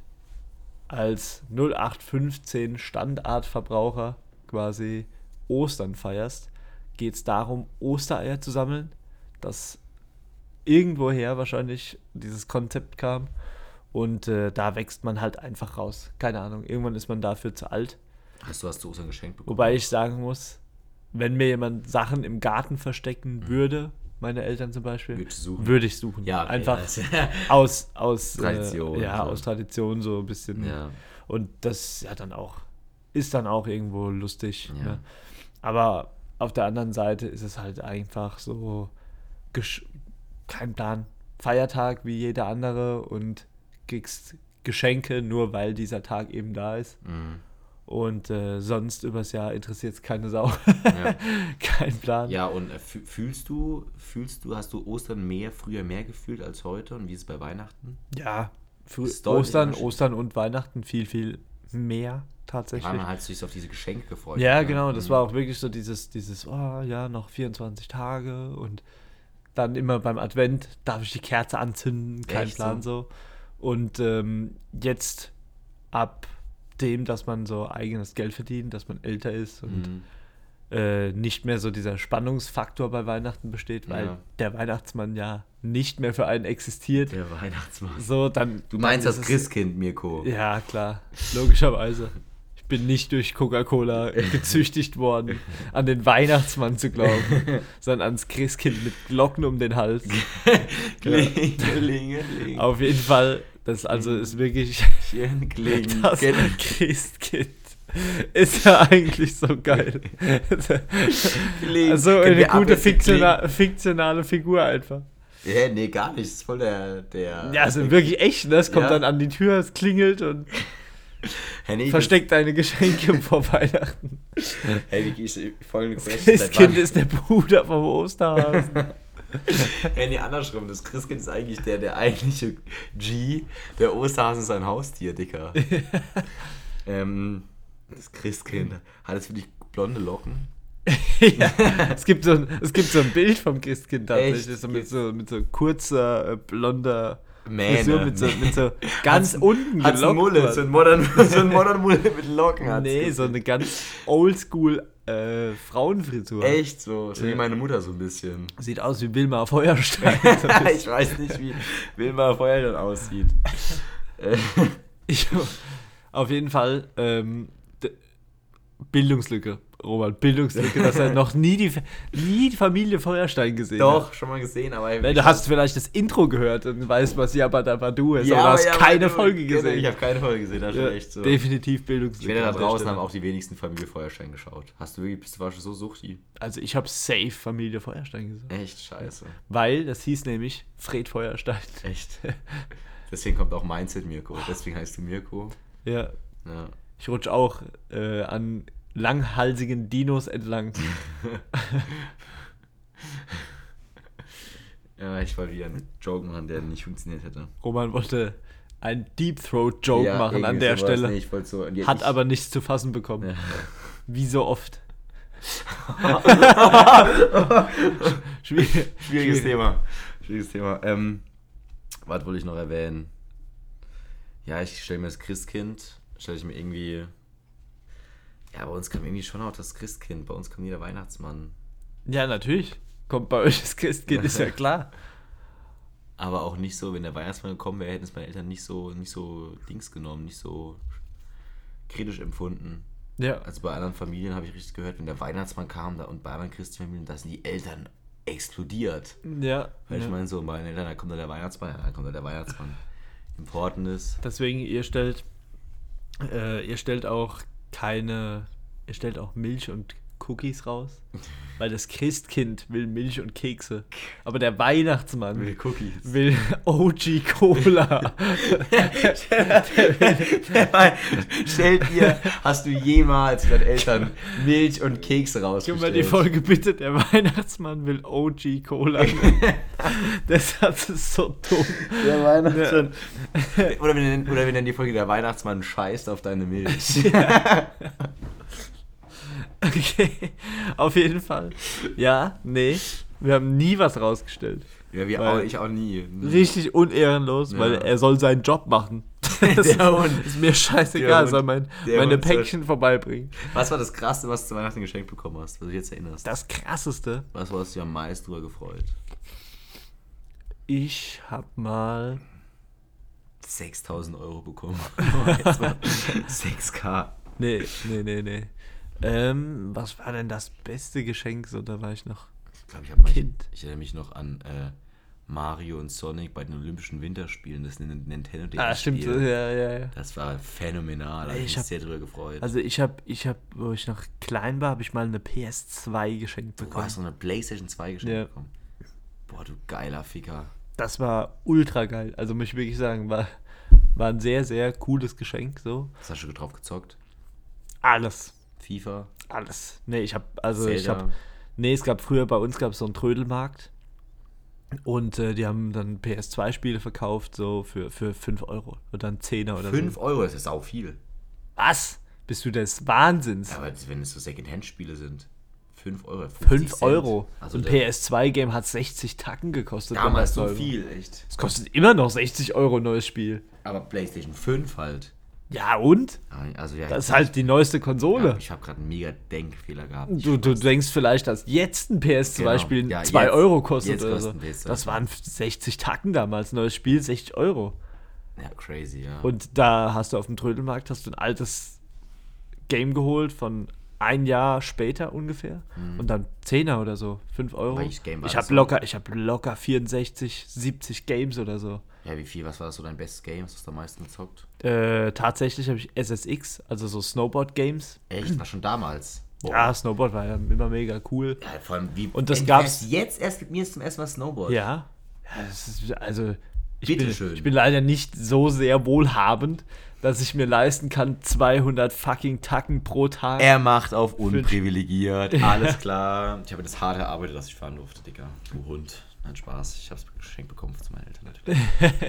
als null acht fünfzehn Standardverbraucher quasi Ostern feierst, geht es darum, Ostereier zu sammeln, dass irgendwoher wahrscheinlich dieses Konzept kam und äh, da wächst man halt einfach raus. Keine Ahnung, irgendwann ist man dafür zu alt. Hast du was zu Ostern geschenkt bekommen? Wobei ich sagen muss, wenn mir jemand Sachen im Garten verstecken würde, meine Eltern zum Beispiel, Würdest du suchen? würde ich suchen. Ja, okay, einfach also- aus, aus Tradition, Äh, ja, so. aus Tradition so ein bisschen. Ja. Und das ja dann auch, ist dann auch irgendwo lustig. Ja. Ne? Aber auf der anderen Seite ist es halt einfach so, gesch- kein Plan, Feiertag wie jeder andere und kriegst Geschenke, nur weil dieser Tag eben da ist. Mhm. Und äh, sonst übers Jahr interessiert es keine Sau. Ja. Kein Plan. Ja, und äh, fü- fühlst du, fühlst du, hast du Ostern mehr, früher mehr gefühlt als heute? Und wie ist es bei Weihnachten? Ja, für Ist deutlich Ostern, unterschiedlich. Ostern und Weihnachten viel, viel mehr tatsächlich. Weil man halt sich auf diese Geschenke gefreut Ja, hat, ne? genau, das Mhm. war auch wirklich so dieses, dieses, oh ja, noch vierundzwanzig Tage und dann immer beim Advent darf ich die Kerze anzünden, kein Echt Plan so. Und ähm, jetzt ab dem, dass man so eigenes Geld verdient, dass man älter ist und Mhm. äh, nicht mehr so dieser Spannungsfaktor bei Weihnachten besteht, weil Ja. der Weihnachtsmann ja nicht mehr für einen existiert. Der Weihnachtsmann. So, dann. Du meinst dann das ist es- Christkind, Mirko. Ja, klar, logischerweise. Ich bin nicht durch Coca-Cola gezüchtigt worden, an den Weihnachtsmann zu glauben, sondern ans Christkind mit Glocken um den Hals. Klingelingeling. Auf jeden Fall, das also ist wirklich Kling. das Christkind. Ist ja eigentlich so geil. Kling. Also Können eine wir gute ab- fiktiona fiktionale Figur einfach. Ja, nee, gar nicht. Das ist voll der. der Ja, also wirklich echt, ne? Es kommt Ja. dann an die Tür, es klingelt und Hey, nee, versteckt deine Geschenke vor Weihnachten. Das, hey, Vicky, ich folgende Das Question. Christkind ist der Bruder vom Osterhasen. Hey, nee, andersrum. Das Christkind ist eigentlich der, der eigentliche G. Der Osterhase ist ein Haustier, Dicker. ähm, das Christkind. Hat es wirklich blonde Locken? Ja, es, gibt so ein, es gibt so ein Bild vom Christkind tatsächlich, Echt? so mit, so, mit so kurzer, äh, blonder Mähne. Frisur, mit so, mit so ganz Hat's- unten Hat's ein gelockt. Mulle, so ein modern, so ein modern Mulle mit Locken. hat's Nee, so eine ganz oldschool äh, Frauenfrisur. Echt so, so wie Ja. meine Mutter so ein bisschen. Sieht aus wie Wilma Feuerstein. So ein bisschen. Ich weiß nicht, wie Wilma Feuerstein aussieht. Äh, Ich, auf jeden Fall ähm, d- Bildungslücke, Robert, Bildungslücke, dass er noch nie die, nie die Familie Feuerstein gesehen hat. Doch, schon mal gesehen, aber... Weil du hast vielleicht das Intro gehört und weißt, was Jabba Dabba Du ist, Ja, aber du hast ja, keine aber du- Folge genau, gesehen. Ich habe keine Folge gesehen, das ist Ja, schon echt so. definitiv Ich Bildungslücke. werde da an der draußen Stelle. haben auch die wenigsten Familie Feuerstein geschaut. Hast du wirklich, bist du warst du so suchti? Also ich habe safe Familie Feuerstein gesehen. Echt scheiße. Weil das hieß nämlich Fred Feuerstein. Echt. Deswegen kommt auch Mindset Mirko. Deswegen heißt du Mirko. Ja, Ja. ich rutsche auch äh, an langhalsigen Dinos entlang. Ja, ich wollte wieder einen Joke machen, der nicht funktioniert hätte. Roman wollte einen Deep Throat Joke Ja, machen an irgendwie der sowas. Stelle. Nee, ich wollte so, und jetzt Hat ich, aber nichts zu fassen bekommen. Ja. Wie so oft. Schwierig, Schwieriges Thema. Schwieriges Thema. Ähm, was wollte ich noch erwähnen? Ja, ich stelle mir das Christkind, stelle ich mir irgendwie... Ja, bei uns kam irgendwie schon auch das Christkind. Bei uns kam nie der Weihnachtsmann. Ja, natürlich. Kommt bei euch das Christkind, ist ja klar. Aber auch nicht so, wenn der Weihnachtsmann gekommen wäre, hätten es meine Eltern nicht so, nicht so Dings genommen, nicht so kritisch empfunden. Ja. Also bei anderen Familien habe ich richtig gehört, wenn der Weihnachtsmann kam da und bei anderen Christfamilien, da sind die Eltern explodiert. Ja. Weil ja. ich meine so, meine Eltern, da kommt da der Weihnachtsmann, ja, da kommt da der Weihnachtsmann. Important ist. Deswegen, ihr stellt, äh, ihr stellt auch keine, ihr stellt auch Milch und Cookies raus, weil das Christkind will Milch und Kekse, aber der Weihnachtsmann Will Cookies. will O G Cola. Stellt dir, hast du jemals mit deinen Eltern Milch und Kekse Guck rausgestellt? mal die Folge bitte, der Weihnachtsmann will O G Cola. Der Satz ist so dumm. Der Weihnachtsmann. Oder wir nennen, oder wir nennen die Folge der Weihnachtsmann scheißt auf deine Milch. Ja. Okay, auf jeden Fall. Ja, nee, wir haben nie was rausgestellt. Ja, wir Weil- auch, ich auch nie. Richtig unehrenlos, Ja. weil er soll seinen Job machen. Das Der Hund. ist mir scheißegal, Der er soll Hund. mein, Der meine Hund soll- Päckchen vorbeibringen. Was war das Krasseste, was du zu Weihnachten geschenkt bekommen hast, was du dich jetzt erinnerst? Das Krasseste, Was hast du am meisten drüber gefreut? ich hab mal... sechstausend Euro bekommen. sechs K. Nee, nee, nee, nee. Ähm, was war denn das beste Geschenk? So, da war ich noch... Ich glaube, ich habe Kind. Ich erinnere mich noch an äh, Mario und Sonic bei den Olympischen Winterspielen, das Nintendo D S Ah, stimmt, Spiel. ja, ja, ja. Das war phänomenal, da habe ich Ich mich hab- sehr drüber gefreut. Also ich hab, ich hab, wo ich noch klein war, habe ich mal eine P S zwei geschenkt du bekommen. hast so eine PlayStation zwei geschenkt Ja. bekommen. Boah, du geiler Ficker. Das war ultra geil. Also muss ich wirklich sagen, war, war ein sehr, sehr cooles Geschenk. So. Was hast du drauf gezockt? Alles. FIFA? Alles. Nee, ich habe, also ich Zelda? habe, nee, es gab früher, bei uns gab es so einen Trödelmarkt und äh, die haben dann P S zwei Spiele verkauft, so für, für fünf Euro oder dann Zehner oder fünf so. Euro, das ist auch viel. Was? Bist du des Wahnsinns? Aber wenn es so Secondhand-Spiele sind, fünf Euro. fünf Euro. Also ein der- P S zwei Game hat sechzig Tacken gekostet. wenn damals das so neu war. viel, echt. Es kostet immer noch sechzig Euro ein neues Spiel. Aber PlayStation fünf halt. Ja und? Also ja, Das ist halt die neueste Konsole. ja, ich habe gerade einen mega Denkfehler gehabt. Ich Du, du weiß- denkst vielleicht, dass jetzt ein P S zwei Spiel Genau. Ja, zwei jetzt- Euro kostet jetzt oder kostet so. ein P S zwei Das waren sechzig Tacken damals, neues Spiel, sechzig Euro. Ja, crazy, ja. Und da hast du auf dem Trödelmarkt hast du ein altes Game geholt von ein Jahr später ungefähr und dann Zehner oder so, fünf Euro. Welches Game war Ich das habe so? locker, ich habe locker vierundsechzig, siebzig Games oder so. Ja, wie viel, was war das so dein bestes Game? Was hast du am meisten gezockt? Äh, tatsächlich habe ich S S X, also so Snowboard-Games. Echt? War schon damals? Boah. Ja, Snowboard war ja immer mega cool. Ja, vor allem wie. Und das Ey, gab's- erst jetzt erst mit mir zum ersten Mal Snowboard. Ja. Ja, das ist, also, ich bin, Bitteschön. ich bin leider nicht so sehr wohlhabend, dass ich mir leisten kann, zweihundert fucking Tacken pro Tag. Er macht auf unprivilegiert. Alles klar. Ich habe das hart erarbeitet, dass ich fahren durfte, Digga. Du Hund. Nein, Spaß. Ich habe es geschenkt bekommen zu meinen Eltern natürlich.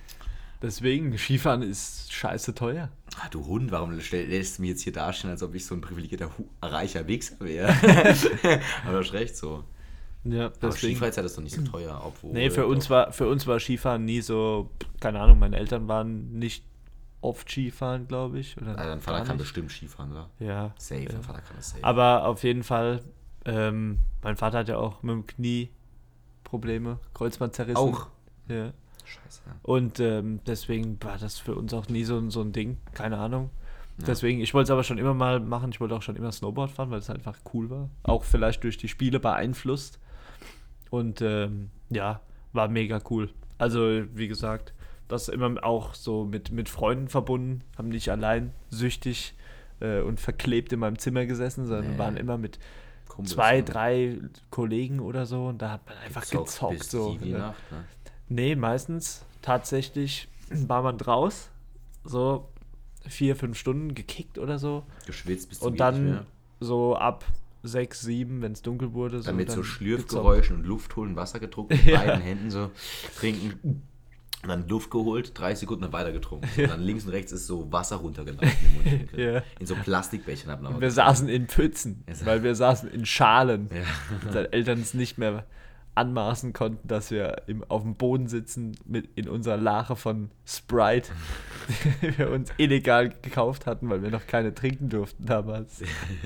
Deswegen, Skifahren ist scheiße teuer. Ah, du Hund, warum stell- lässt du mich jetzt hier dastehen, als ob ich so ein privilegierter, hu- reicher Wichser wäre? Aber du hast recht so. Ja, Aber deswegen. Skifreizeit ist doch nicht so teuer, obwohl... Nee, für uns, war, für uns war Skifahren nie so, keine Ahnung, meine Eltern waren nicht oft Skifahren, glaube ich. Oder Ah, dein Vater gar kann nicht. bestimmt Skifahren, oder? Ja. Safe, ja. dein Vater kann das safe. Aber auf jeden Fall, ähm, mein Vater hat ja auch mit dem Knie Probleme, Kreuzband zerrissen. Auch? Ja. Scheiße, ja. Und ähm, deswegen war das für uns auch nie so, so ein Ding, keine Ahnung. Ja. Deswegen, ich wollte es aber schon immer mal machen, ich wollte auch schon immer Snowboard fahren, weil es einfach cool war. Auch vielleicht durch die Spiele beeinflusst. Und ähm, ja, war mega cool. Also, wie gesagt, das immer auch so mit, mit Freunden verbunden, haben nicht allein süchtig äh, und verklebt in meinem Zimmer gesessen, sondern Nee. waren immer mit Kumpels, zwei, ne? drei Kollegen oder so und da hat man einfach gezockt. bis so. tief in die Nacht, ne? Nee, meistens tatsächlich war man draus, so vier, fünf Stunden gekickt oder so. Geschwitzt bis zum Und geht nicht dann mehr. so ab sechs, sieben, wenn es dunkel wurde. So, dann mit dann so Schlürfgeräuschen und Luft holen, Wasser getrunken, mit Ja. beiden Händen so trinken. Und dann Luft geholt, dreißig Sekunden dann weiter getrunken. Und dann links und rechts ist so Wasser runtergelaufen im Mundwinkel. Ja. In so Plastikbechern hat man Und wir saßen in Pfützen, Ja. weil wir saßen in Schalen. Ja. Und seine Eltern es nicht mehr anmaßen konnten, dass wir im, auf dem Boden sitzen mit in unserer Lache von Sprite, die wir uns illegal gekauft hatten, weil wir noch keine trinken durften damals.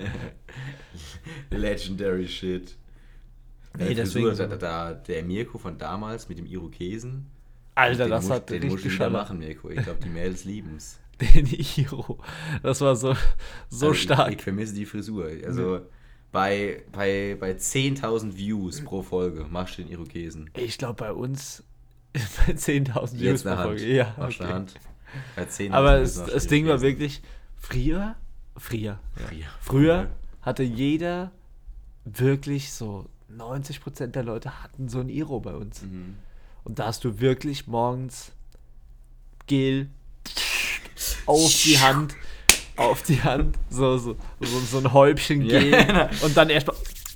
Legendary shit. Nee, Äh, deswegen Frisur, so. da, da, der Mirko von damals mit dem Irokesen. Alter, den das muss, hat den musst du richtig wieder geschallert. machen, Mirko. Ich glaube, die Mädels lieben's. Den Iro. Das war so, so Also stark. Ich, ich vermisse die Frisur. Also bei, bei, bei zehntausend Views pro Folge machst du den Irokesen. Ich glaube, bei uns bei zehntausend Views Jetzt pro eine Hand. Folge. Ja, Machst okay. eine Hand. Bei zehntausend Aber Views es, machst du das den Ding war Irokesen. wirklich, früher, früher, ja. Früher. früher hatte jeder wirklich so neunzig Prozent der Leute hatten so ein Iro bei uns. Mhm. Und da hast du wirklich morgens Gel auf die Hand, auf die Hand, so, so, so, so ein Häubchen Ja. Gel und dann erstmal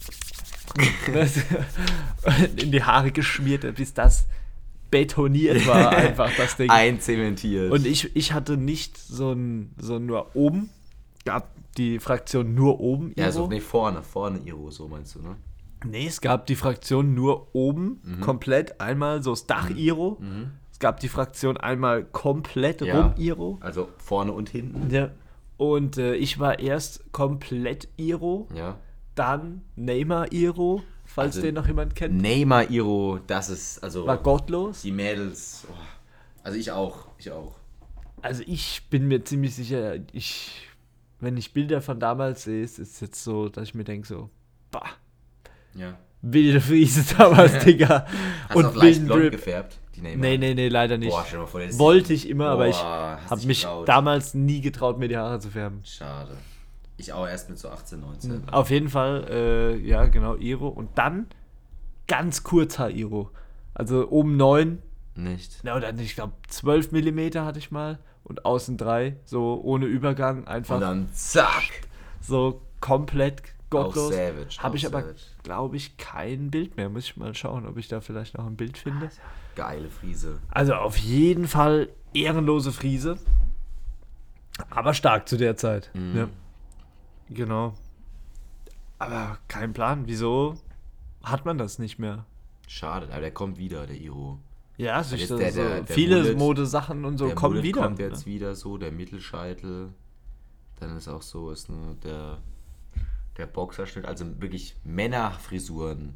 in die Haare geschmiert, bis das betoniert war, einfach das Ding. Einzementiert. Und ich, ich hatte nicht so ein, so ein nur oben, gab die Fraktion nur oben ja, Iro. so, nee, vorne, vorne Iro, so meinst du, ne? Nee, es gab die Fraktion nur oben, Mhm. komplett, einmal so das Dach-Iro. Mhm. Es gab die Fraktion einmal komplett Ja. rum-Iro. Also vorne und hinten. Ja. Und äh, ich war erst komplett Iro, Ja. dann Neymar-Iro, falls Also den noch jemand kennt. Neymar Iro, das ist, also War gottlos. die Mädels, oh. Also ich auch, ich auch. Also ich bin mir ziemlich sicher, ich, wenn ich Bilder von damals sehe, ist es jetzt so, dass ich mir denke so, bah, Ja. wilde Friese damals, Digga. Hast du auch leicht wilden blond Drip. gefärbt, die Neymar? Nee, nee, nee, leider nicht. Boah, stell dir mal vor, der ist- Wollte ich immer, Boah, aber ich hast habe dich mich getraut. damals nie getraut, mir die Haare zu färben. Schade. Ich auch erst mit so achtzehn, neunzehn. Auf jeden Fall, äh, ja, genau, Iro. Und dann ganz kurzer Iro. Also oben neun, Nicht. na, oder ich glaube zwölf Millimeter hatte ich mal. Und außen drei, so ohne Übergang, einfach Und dann zack. so komplett gottlos. Auch savage. Habe auch ich aber, savage. glaube ich, kein Bild mehr. Muss ich mal schauen, ob ich da vielleicht noch ein Bild finde. Geile Friese. Also auf jeden Fall ehrenlose Friese. Aber stark zu der Zeit. Mhm. Ja. Genau. Aber kein Plan. Wieso hat man das nicht mehr? Schade, aber der kommt wieder, der Iro. Ja, sich jetzt so, der- so der- der viele Mullet- Modesachen und so der kommen Mullet wieder. kommt jetzt ne? wieder so, der Mittelscheitel. Dann ist auch so, ist ne, der, der Boxerschnitt, also wirklich Männerfrisuren.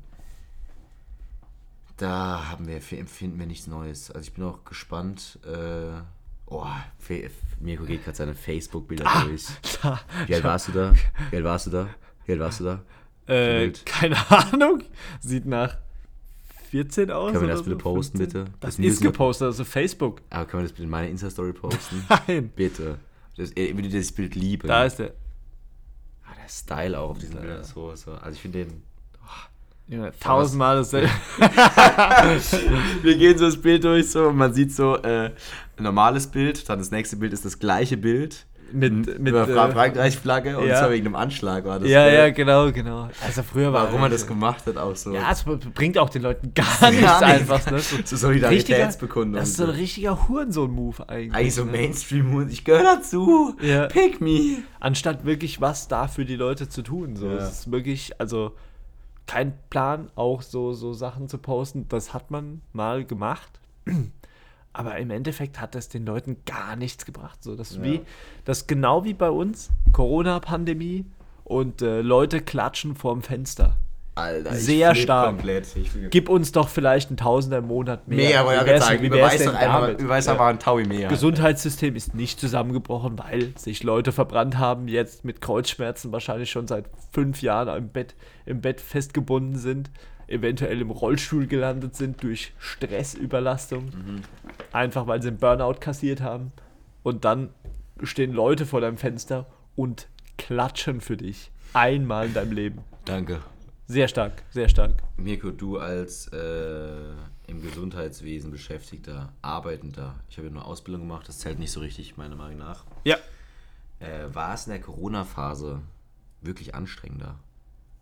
Da haben wir, empfinden wir nichts Neues. Also ich bin auch gespannt. Äh, oh, Fe- Mirko geht gerade seine Facebook-Bilder Ah, durch. Da, Wie alt warst du da? Wie alt warst du da? Wie alt warst du da? äh, Bild. keine Ahnung. Sieht nach vierzehn aus. Können wir oder das bitte so, posten, fünfzehn? bitte? Das, Das ist müssen wir- gepostet, also Facebook. Aber können wir das bitte in meine Insta-Story posten? Nein. Bitte. Das, ich würde das Bild lieben. Da ist der. Ah, der Style auch auf diesen Da. Bildern. So, so. Also ich finde den... Junge, tausendmal dasselbe. Wir gehen so das Bild durch, so, und man sieht so äh, ein normales Bild, dann das nächste Bild ist das gleiche Bild. Mit, mit, Über Fra- äh, Frankreich-Flagge und ja. zwar wegen einem Anschlag war das. ja, äh, ja, genau, genau. Also früher war Warum man das gemacht hat, auch so. Ja, es bringt auch den Leuten gar Gar nichts nichts. einfach. Ne? So, So Solidaritätsbekundung. das ist so ein richtiger Hurensohn-Move eigentlich. Eigentlich so ne? Mainstream, ich gehöre dazu. Ja. Pick me. Anstatt wirklich was da für die Leute zu tun. So. Ja. Es ist wirklich, also kein Plan, auch so, so Sachen zu posten. Das hat man mal gemacht. Aber im Endeffekt hat das den Leuten gar nichts gebracht. So, das, ist Ja. wie, das ist genau wie bei uns, Corona-Pandemie und äh, Leute klatschen vorm Fenster. Alter, ich Sehr flipp stark. komplett. Ich flipp- Gib uns doch vielleicht ein Tausender im Monat mehr. Mehr, aber Wie ja wär's- gesagt, wie wär's überweis denn doch einmal, damit? überweis Ja. doch mal ein Taui mehr. Gesundheitssystem ist nicht zusammengebrochen, weil sich Leute verbrannt haben, jetzt mit Kreuzschmerzen wahrscheinlich schon seit fünf Jahren im Bett, im Bett festgebunden sind, eventuell im Rollstuhl gelandet sind durch Stressüberlastung, Mhm. einfach weil sie einen Burnout kassiert haben. Und dann stehen Leute vor deinem Fenster und klatschen für dich. Einmal in deinem Leben. Danke. Sehr stark, sehr stark. Mirko, du als äh, im Gesundheitswesen beschäftigter, arbeitender, ich habe ja nur Ausbildung gemacht, das zählt nicht so richtig, meiner Meinung nach. Ja. Äh, war es in der Corona-Phase wirklich anstrengender?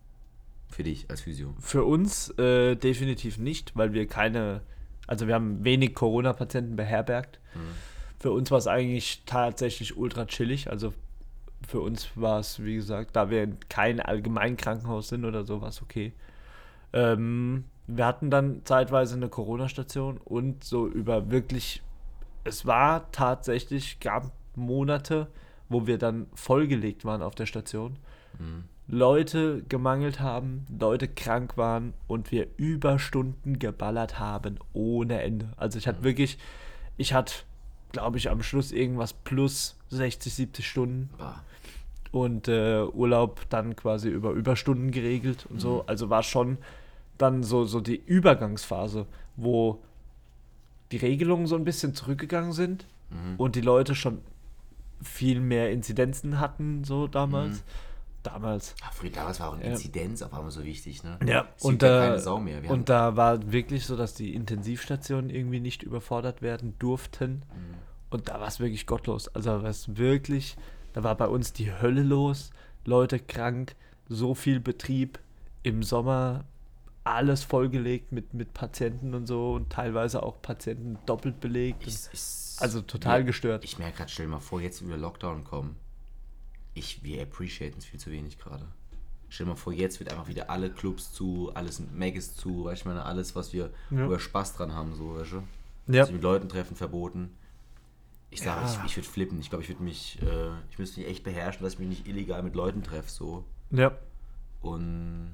Für dich als Physio? Für uns äh, definitiv nicht, weil wir keine, also wir haben wenig Corona-Patienten beherbergt. Mhm. Für uns war es eigentlich tatsächlich ultra chillig, also für uns war es, wie gesagt, da wir kein Allgemeinkrankenhaus sind oder so, war es okay. Ähm, wir hatten dann zeitweise eine Corona-Station und so über wirklich, es war tatsächlich, gab Monate, wo wir dann vollgelegt waren auf der Station. Mhm. Leute gemangelt haben, Leute krank waren und wir Überstunden geballert haben ohne Ende. Also ich hatte mhm. wirklich, ich hatte, glaube ich, am Schluss irgendwas plus sechzig, siebzig Stunden. Bah. Und äh, Urlaub dann quasi über Überstunden geregelt und mhm. so. Also war schon dann so, so die Übergangsphase, wo die Regelungen so ein bisschen zurückgegangen sind mhm. und die Leute schon viel mehr Inzidenzen hatten, so damals. Mhm. Damals. Ach, früher, damals war auch eine ja. Inzidenz auf einmal so wichtig, ne? Ja, und, ja keine Sau mehr. Wir und da war wirklich so, dass die Intensivstationen irgendwie nicht überfordert werden durften. Mhm. Und da war es wirklich gottlos. Also war es wirklich, da war bei uns die Hölle los. Leute krank, so viel Betrieb. Im Sommer alles vollgelegt mit, mit Patienten und so. Und teilweise auch Patienten doppelt belegt. Ich, ich, also total mir, gestört. Ich merke gerade, stell dir mal vor, jetzt wenn wir Lockdown kommen. Ich, wir appreciaten es viel zu wenig gerade. Stell dir mal vor, jetzt wird einfach wieder alle Clubs zu, alles Mac ist zu, weißt du, meine, alles, was wir ja. über Spaß dran haben, so, weißt du? Ja. Sich mit Leuten treffen, verboten. Ich sage, ja. ich, ich würde flippen. Ich glaube, ich würde mich, äh, ich müsste mich echt beherrschen, dass ich mich nicht illegal mit Leuten treffe, so. Ja. Und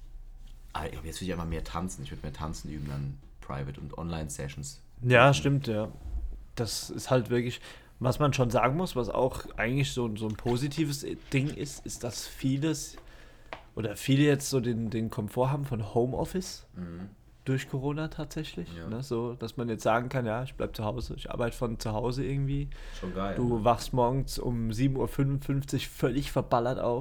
ah, ich glaube, jetzt würde ich einfach mehr tanzen. Ich würde mehr tanzen üben, dann Private und Online-Sessions. Ja, stimmt, ja. Das ist halt wirklich... Was man schon sagen muss, was auch eigentlich so, so ein positives Ding ist, ist, dass vieles oder viele jetzt so den, den Komfort haben von Homeoffice mhm. durch Corona tatsächlich. Ja. Ne? So, dass man jetzt sagen kann, ja, ich bleib zu Hause, ich arbeite von zu Hause irgendwie. Schon geil. Du ne? wachst morgens um sieben Uhr fünfundfünfzig völlig verballert auf,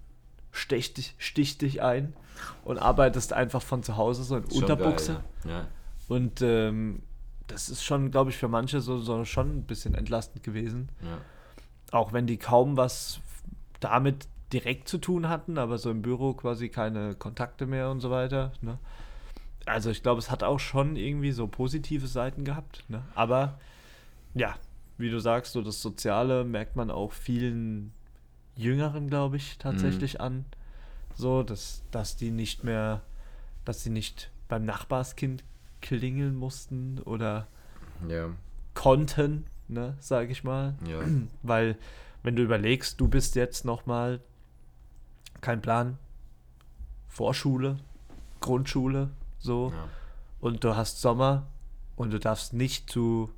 stich dich, stich dich ein und arbeitest einfach von zu Hause so in Unterbuchse. Geil, ja. Ja. Und ähm, das ist schon, glaube ich, für manche so, so schon ein bisschen entlastend gewesen. Ja. Auch wenn die kaum was damit direkt zu tun hatten, aber so im Büro quasi keine Kontakte mehr und so weiter. Ne? Also ich glaube, es hat auch schon irgendwie so positive Seiten gehabt. Ne? Aber ja, wie du sagst, so das Soziale merkt man auch vielen Jüngeren, glaube ich, tatsächlich mhm. an. So, dass, dass die nicht mehr, dass sie nicht beim Nachbarskind klingeln mussten oder ja. konnten, ne, sag ich mal. Ja. Weil, wenn du überlegst, du bist jetzt nochmal, kein Plan, Vorschule, Grundschule, so, ja. und du hast Sommer und du darfst nicht zu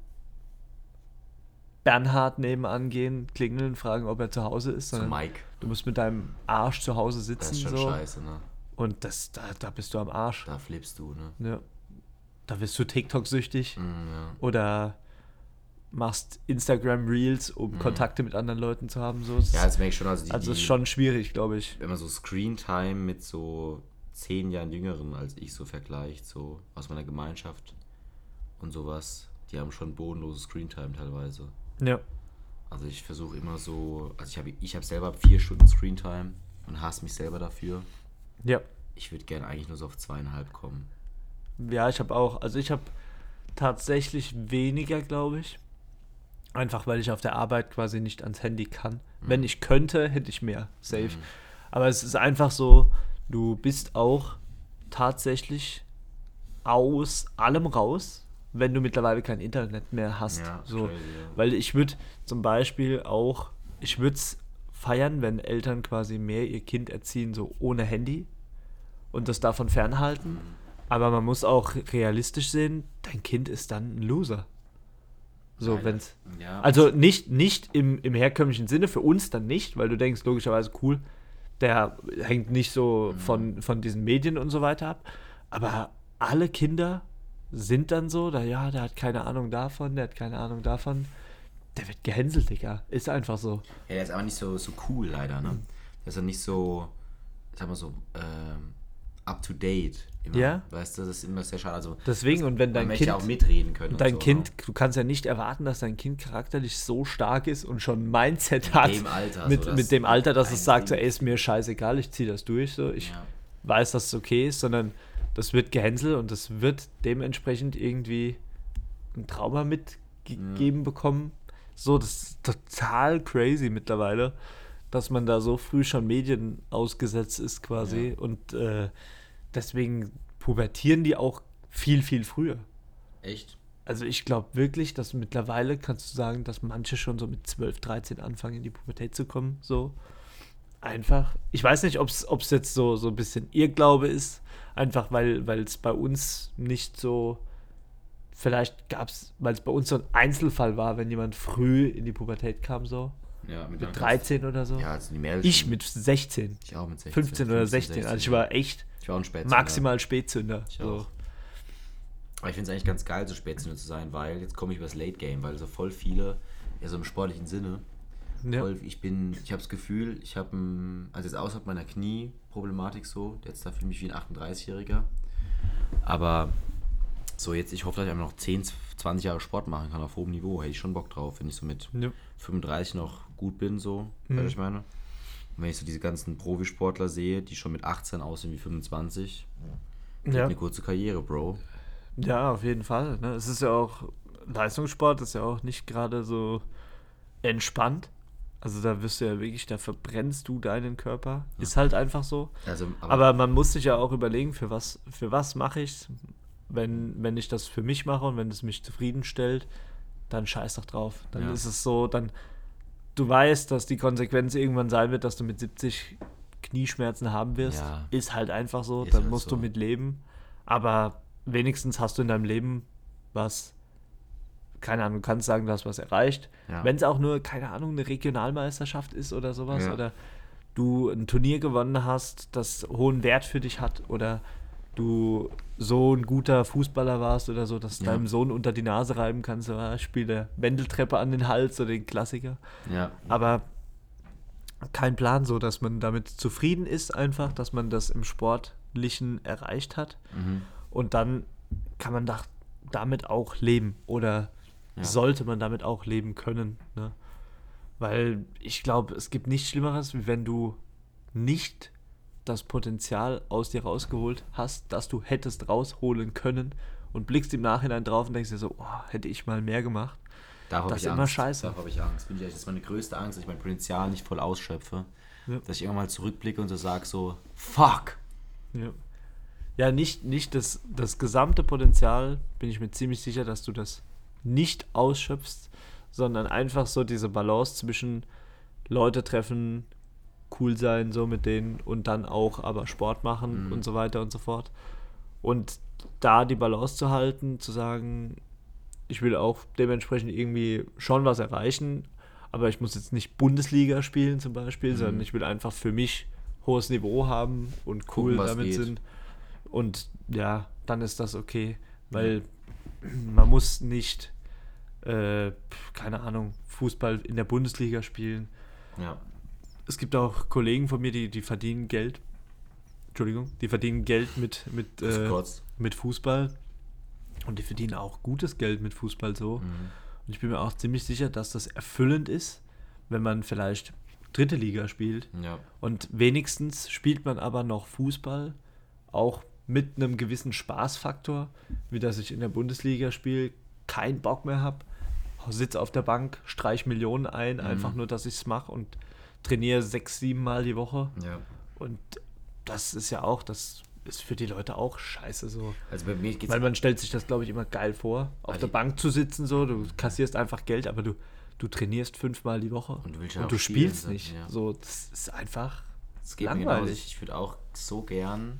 Bernhard nebenan gehen, klingeln, fragen, ob er zu Hause ist, sondern zu Mike. Du musst mit deinem Arsch zu Hause sitzen. Das ist schon so. scheiße, ne? Und das, da, da bist du am Arsch. Da flippst du, ne? Ja. Da wirst du TikTok-süchtig mm, ja. oder machst Instagram-Reels, um mm. Kontakte mit anderen Leuten zu haben. So. Ja, das merke ich schon. Also, die, also ist schon schwierig, glaube ich. Wenn man so Screentime mit so zehn Jahren Jüngeren als ich so vergleicht, so aus meiner Gemeinschaft und sowas, die haben schon bodenlose Screentime teilweise. Ja. Also ich versuche immer so, also ich habe ich hab selber vier Stunden Screentime und hasse mich selber dafür. Ja. Ich würde gerne eigentlich nur so auf zweieinhalb kommen. Ja, ich habe auch, also ich habe tatsächlich weniger, glaube ich. Einfach, weil ich auf der Arbeit quasi nicht ans Handy kann. Mhm. Wenn ich könnte, hätte ich mehr. Safe. Mhm. Aber es ist einfach so, du bist auch tatsächlich aus allem raus, wenn du mittlerweile kein Internet mehr hast. Ja, so. crazy, ja. Weil ich würde zum Beispiel auch, ich würde es feiern, wenn Eltern quasi mehr ihr Kind erziehen, so ohne Handy und das davon fernhalten. Mhm. Aber man muss auch realistisch sehen, dein Kind ist dann ein Loser. So, ja, wenn's. Ja, also nicht, nicht im, im herkömmlichen Sinne, für uns dann nicht, weil du denkst logischerweise, cool, der hängt nicht so mhm. von, von diesen Medien und so weiter ab. Aber alle Kinder sind dann so, da ja, der hat keine Ahnung davon, der hat keine Ahnung davon. Der wird gehänselt, Digga. Ist einfach so. Ja, der ist aber nicht so, so cool, leider, ne? Der ist ja nicht so, sag mal so, ähm, up to date. Immer. Ja. Weißt du, das ist immer sehr schade. Also, deswegen, und wenn dein Kind ja auch mitreden können. Dein und so, Kind, ne? du kannst ja nicht erwarten, dass dein Kind charakterlich so stark ist und schon ein Mindset hat. Mit dem Alter. Mit, so, mit dem Alter, dass es sagt, so, Ding. ey, ist mir scheißegal, ich zieh das durch. So. Ich, ja. weiß, dass es okay ist, sondern das wird gehänselt und das wird dementsprechend irgendwie ein Trauma mitgegeben Ja. bekommen. So, das ist total crazy mittlerweile, dass man da so früh schon Medien ausgesetzt ist quasi. Ja. Und äh, deswegen pubertieren die auch viel, viel früher. Echt? Also ich glaube wirklich, dass mittlerweile kannst du sagen, dass manche schon so mit zwölf, dreizehn anfangen, in die Pubertät zu kommen. So einfach. Ich weiß nicht, ob es jetzt so, so ein bisschen Irrglaube ist, einfach weil es bei uns nicht so, vielleicht gab es, weil es bei uns so ein Einzelfall war, wenn jemand früh in die Pubertät kam, so Ja, mit, mit dreizehn oder so. Ja, also die Mädels Ich schon- mit sechzehn, Ich auch mit sechzehn. fünfzehn oder sechzehn. Also ich war echt Ich war auch ein Spätzünder. maximal Spätzünder. Ich So. auch. Aber ich finde es eigentlich ganz geil, so Spätzünder zu sein, weil jetzt komme ich über das Late Game, weil so voll viele, ja so im sportlichen Sinne, Ja. voll, ich bin, ich habe das Gefühl, ich habe, also jetzt außerhalb meiner Knie-Problematik so, jetzt da fühle ich mich wie ein achtunddreißigjähriger, aber so jetzt, ich hoffe, dass ich einfach noch zehn, zwanzig Jahre Sport machen kann auf hohem Niveau, hätte ich schon Bock drauf, wenn ich so mit Ja. fünfunddreißig noch gut bin, so, Mhm. weißt du, was ich meine? Und wenn ich so diese ganzen Profisportler sehe, die schon mit achtzehn aussehen wie fünfundzwanzig, die Ja. haben eine kurze Karriere, Bro. Ja, auf jeden Fall. Ne? Es ist ja auch, Leistungssport ist ja auch nicht gerade so entspannt. Also da wirst du ja wirklich, da verbrennst du deinen Körper. Ja. Ist halt einfach so. Also, Aber man muss sich ja auch überlegen, für was, für was mache ich wenn, wenn ich das für mich mache und wenn es mich zufriedenstellt, dann scheiß doch drauf. Dann Ja. ist es so, dann, du weißt, dass die Konsequenz irgendwann sein wird, dass du mit siebzig Knieschmerzen haben wirst. Ja. Ist halt einfach so, Ist dann halt musst so. du mit leben. Aber wenigstens hast du in deinem Leben was, keine Ahnung, du kannst sagen, du hast was erreicht. Ja. Wenn es auch nur, keine Ahnung, eine Regionalmeisterschaft ist oder sowas, Ja. oder du ein Turnier gewonnen hast, das hohen Wert für dich hat, oder du so ein guter Fußballer warst oder so, dass du Ja. deinem Sohn unter die Nase reiben kannst, oder spiel der Wendeltreppe an den Hals oder den Klassiker. Ja. Aber kein Plan, so dass man damit zufrieden ist, einfach, dass man das im Sportlichen erreicht hat. Mhm. Und dann kann man da, damit auch leben oder Ja. sollte man damit auch leben können. Ne? Weil ich glaube, es gibt nichts Schlimmeres, wie wenn du nicht das Potenzial aus dir rausgeholt hast, das du hättest rausholen können und blickst im Nachhinein drauf und denkst dir so, oh, hätte ich mal mehr gemacht. Darauf Das hab ich ist immer Angst. scheiße. Darauf habe ich Angst. Bin ich, das ist meine größte Angst, dass ich mein Potenzial nicht voll ausschöpfe. Ja. Dass ich irgendwann mal zurückblicke und so sage so, fuck. Ja, ja nicht, nicht das, das gesamte Potenzial, bin ich mir ziemlich sicher, dass du das nicht ausschöpfst, sondern einfach so diese Balance zwischen Leute treffen, cool sein, so mit denen und dann auch aber Sport machen Mhm. und so weiter und so fort. Und da die Balance zu halten, zu sagen, ich will auch dementsprechend irgendwie schon was erreichen, aber ich muss jetzt nicht Bundesliga spielen zum Beispiel, Mhm. sondern ich will einfach für mich hohes Niveau haben und cool Gucken, was damit geht. sind. Und ja, dann ist das okay, weil man muss nicht, äh, keine Ahnung, Fußball in der Bundesliga spielen. Ja. Es gibt auch Kollegen von mir, die, die verdienen Geld, Entschuldigung, die verdienen Geld mit, mit, äh, Kurz. mit Fußball und die verdienen auch gutes Geld mit Fußball so. Mhm. Und ich bin mir auch ziemlich sicher, dass das erfüllend ist, wenn man vielleicht dritte Liga spielt. Ja. Und wenigstens spielt man aber noch Fußball, auch mit einem gewissen Spaßfaktor, wie dass ich in der Bundesliga spiele, keinen Bock mehr habe, sitze auf der Bank, streich Millionen ein, Mhm. einfach nur, dass ich es mache und trainiere sechs, sieben Mal die Woche. Ja. Und das ist ja auch, das ist für die Leute auch scheiße so. Also bei mir geht's Weil man stellt sich das, glaube ich, immer geil vor, auf Also der Bank zu sitzen, so, du kassierst einfach Geld, aber du, du trainierst fünfmal die Woche Und du willst ja und auch du spielen, spielst so, nicht. ja. So, das ist einfach Es geht mir genauso. langweilig. Ich würde auch so gern,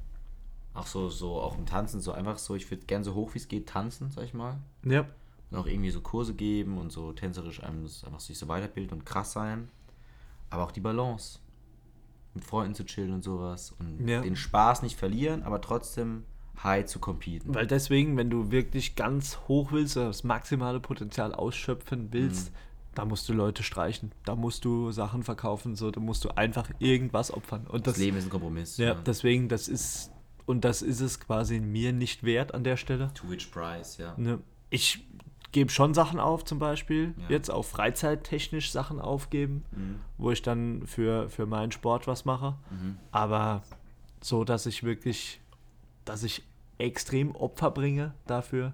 auch so, so auch im Tanzen, so einfach so, ich würde gern so hoch wie es geht tanzen, sag ich mal. Ja, Und auch irgendwie so Kurse geben und so tänzerisch einem das einfach sich so weiterbilden und krass sein. Aber auch die Balance. Mit Freunden zu chillen und sowas. Und Ja. den Spaß nicht verlieren, aber trotzdem high zu competen. weil deswegen, wenn du wirklich ganz hoch willst, oder das maximale Potenzial ausschöpfen willst, Mhm. da musst du Leute streichen, da musst du Sachen verkaufen, so, da musst du einfach irgendwas opfern. Und Das das, Leben ist ein Kompromiss. ja, deswegen, das ist, und das ist es quasi mir nicht wert an der Stelle. To which price, ja. Ne? Ich gebe schon Sachen auf, zum Beispiel, Ja. jetzt auch freizeittechnisch Sachen aufgeben, Mhm. wo ich dann für, für meinen Sport was mache. Mhm. Aber so dass ich wirklich, dass ich extrem Opfer bringe dafür,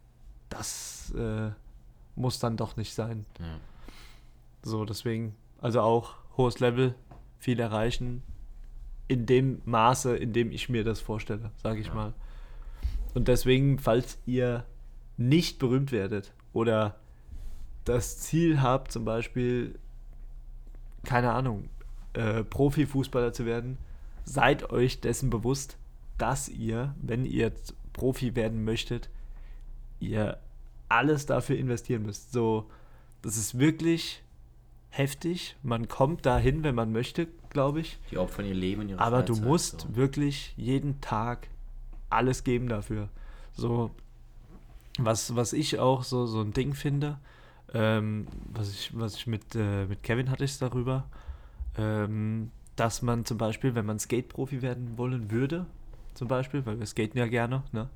das äh, muss dann doch nicht sein. Ja. So, deswegen, also auch hohes Level, viel erreichen, in dem Maße, in dem ich mir das vorstelle, sage ich Ja. mal. Und deswegen, falls ihr nicht berühmt werdet oder das Ziel habt, zum Beispiel, keine Ahnung, äh, Profifußballer zu werden, seid euch dessen bewusst, dass ihr, wenn ihr jetzt Profi werden möchtet, ihr alles dafür investieren müsst. So, das ist wirklich heftig. Man kommt dahin, wenn man möchte, glaube ich. Die opfern ihr Leben und ihre Aber Freizeit. du musst so. wirklich jeden Tag alles geben dafür. So, was, was ich auch so, so ein Ding finde, ähm, was ich, was ich mit, äh, mit Kevin hatte ich es darüber, ähm, dass man zum Beispiel, wenn man Skate-Profi werden wollen würde, zum Beispiel, weil wir skaten ja gerne, ne?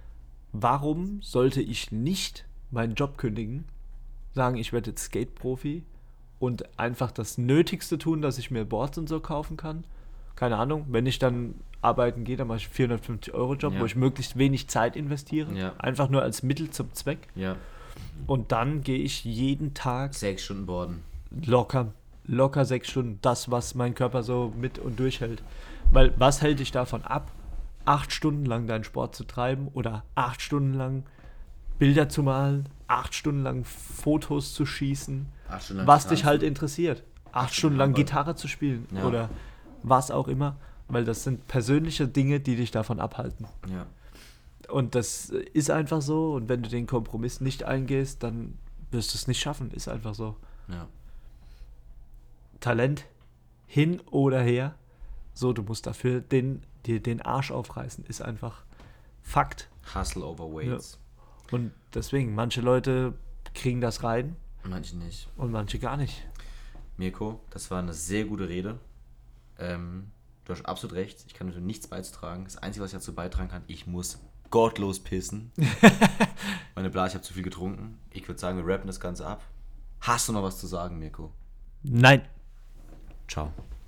Warum sollte ich nicht meinen Job kündigen, sagen, ich werde jetzt Skate-Profi und einfach das Nötigste tun, dass ich mir Boards und so kaufen kann? Keine Ahnung, wenn ich dann arbeiten gehe, dann mache ich einen vierhundertfünfzig Euro Job, Ja. wo ich möglichst wenig Zeit investiere, Ja. einfach nur als Mittel zum Zweck. Ja, Und dann gehe ich jeden Tag sechs Stunden Borden. locker, locker sechs Stunden, das, was mein Körper so mit und durchhält. Weil was hält dich davon ab, acht Stunden lang deinen Sport zu treiben oder acht Stunden lang Bilder zu malen, acht Stunden lang Fotos zu schießen, Acht Stunden lang was zu dich tanzen. halt interessiert. Acht Stunden lang Handball. Gitarre zu spielen Ja. oder was auch immer, weil das sind persönliche Dinge, die dich davon abhalten. Ja. Und das ist einfach so. Und wenn du den Kompromiss nicht eingehst, dann wirst du es nicht schaffen. Ist einfach so. Ja. Talent hin oder her. So, du musst dafür den, dir den Arsch aufreißen. Ist einfach Fakt. Hustle over weights. Und deswegen, manche Leute kriegen das rein Manche nicht. und manche gar nicht. Mirko, das war eine sehr gute Rede. Ähm, du hast absolut recht. Ich kann dazu nichts beizutragen. Das Einzige, was ich dazu beitragen kann, ich muss gottlos pissen. Meine Blase, ich habe zu viel getrunken. Ich würde sagen, wir rappen das Ganze ab. Hast du noch was zu sagen, Mirko? Nein. Ciao.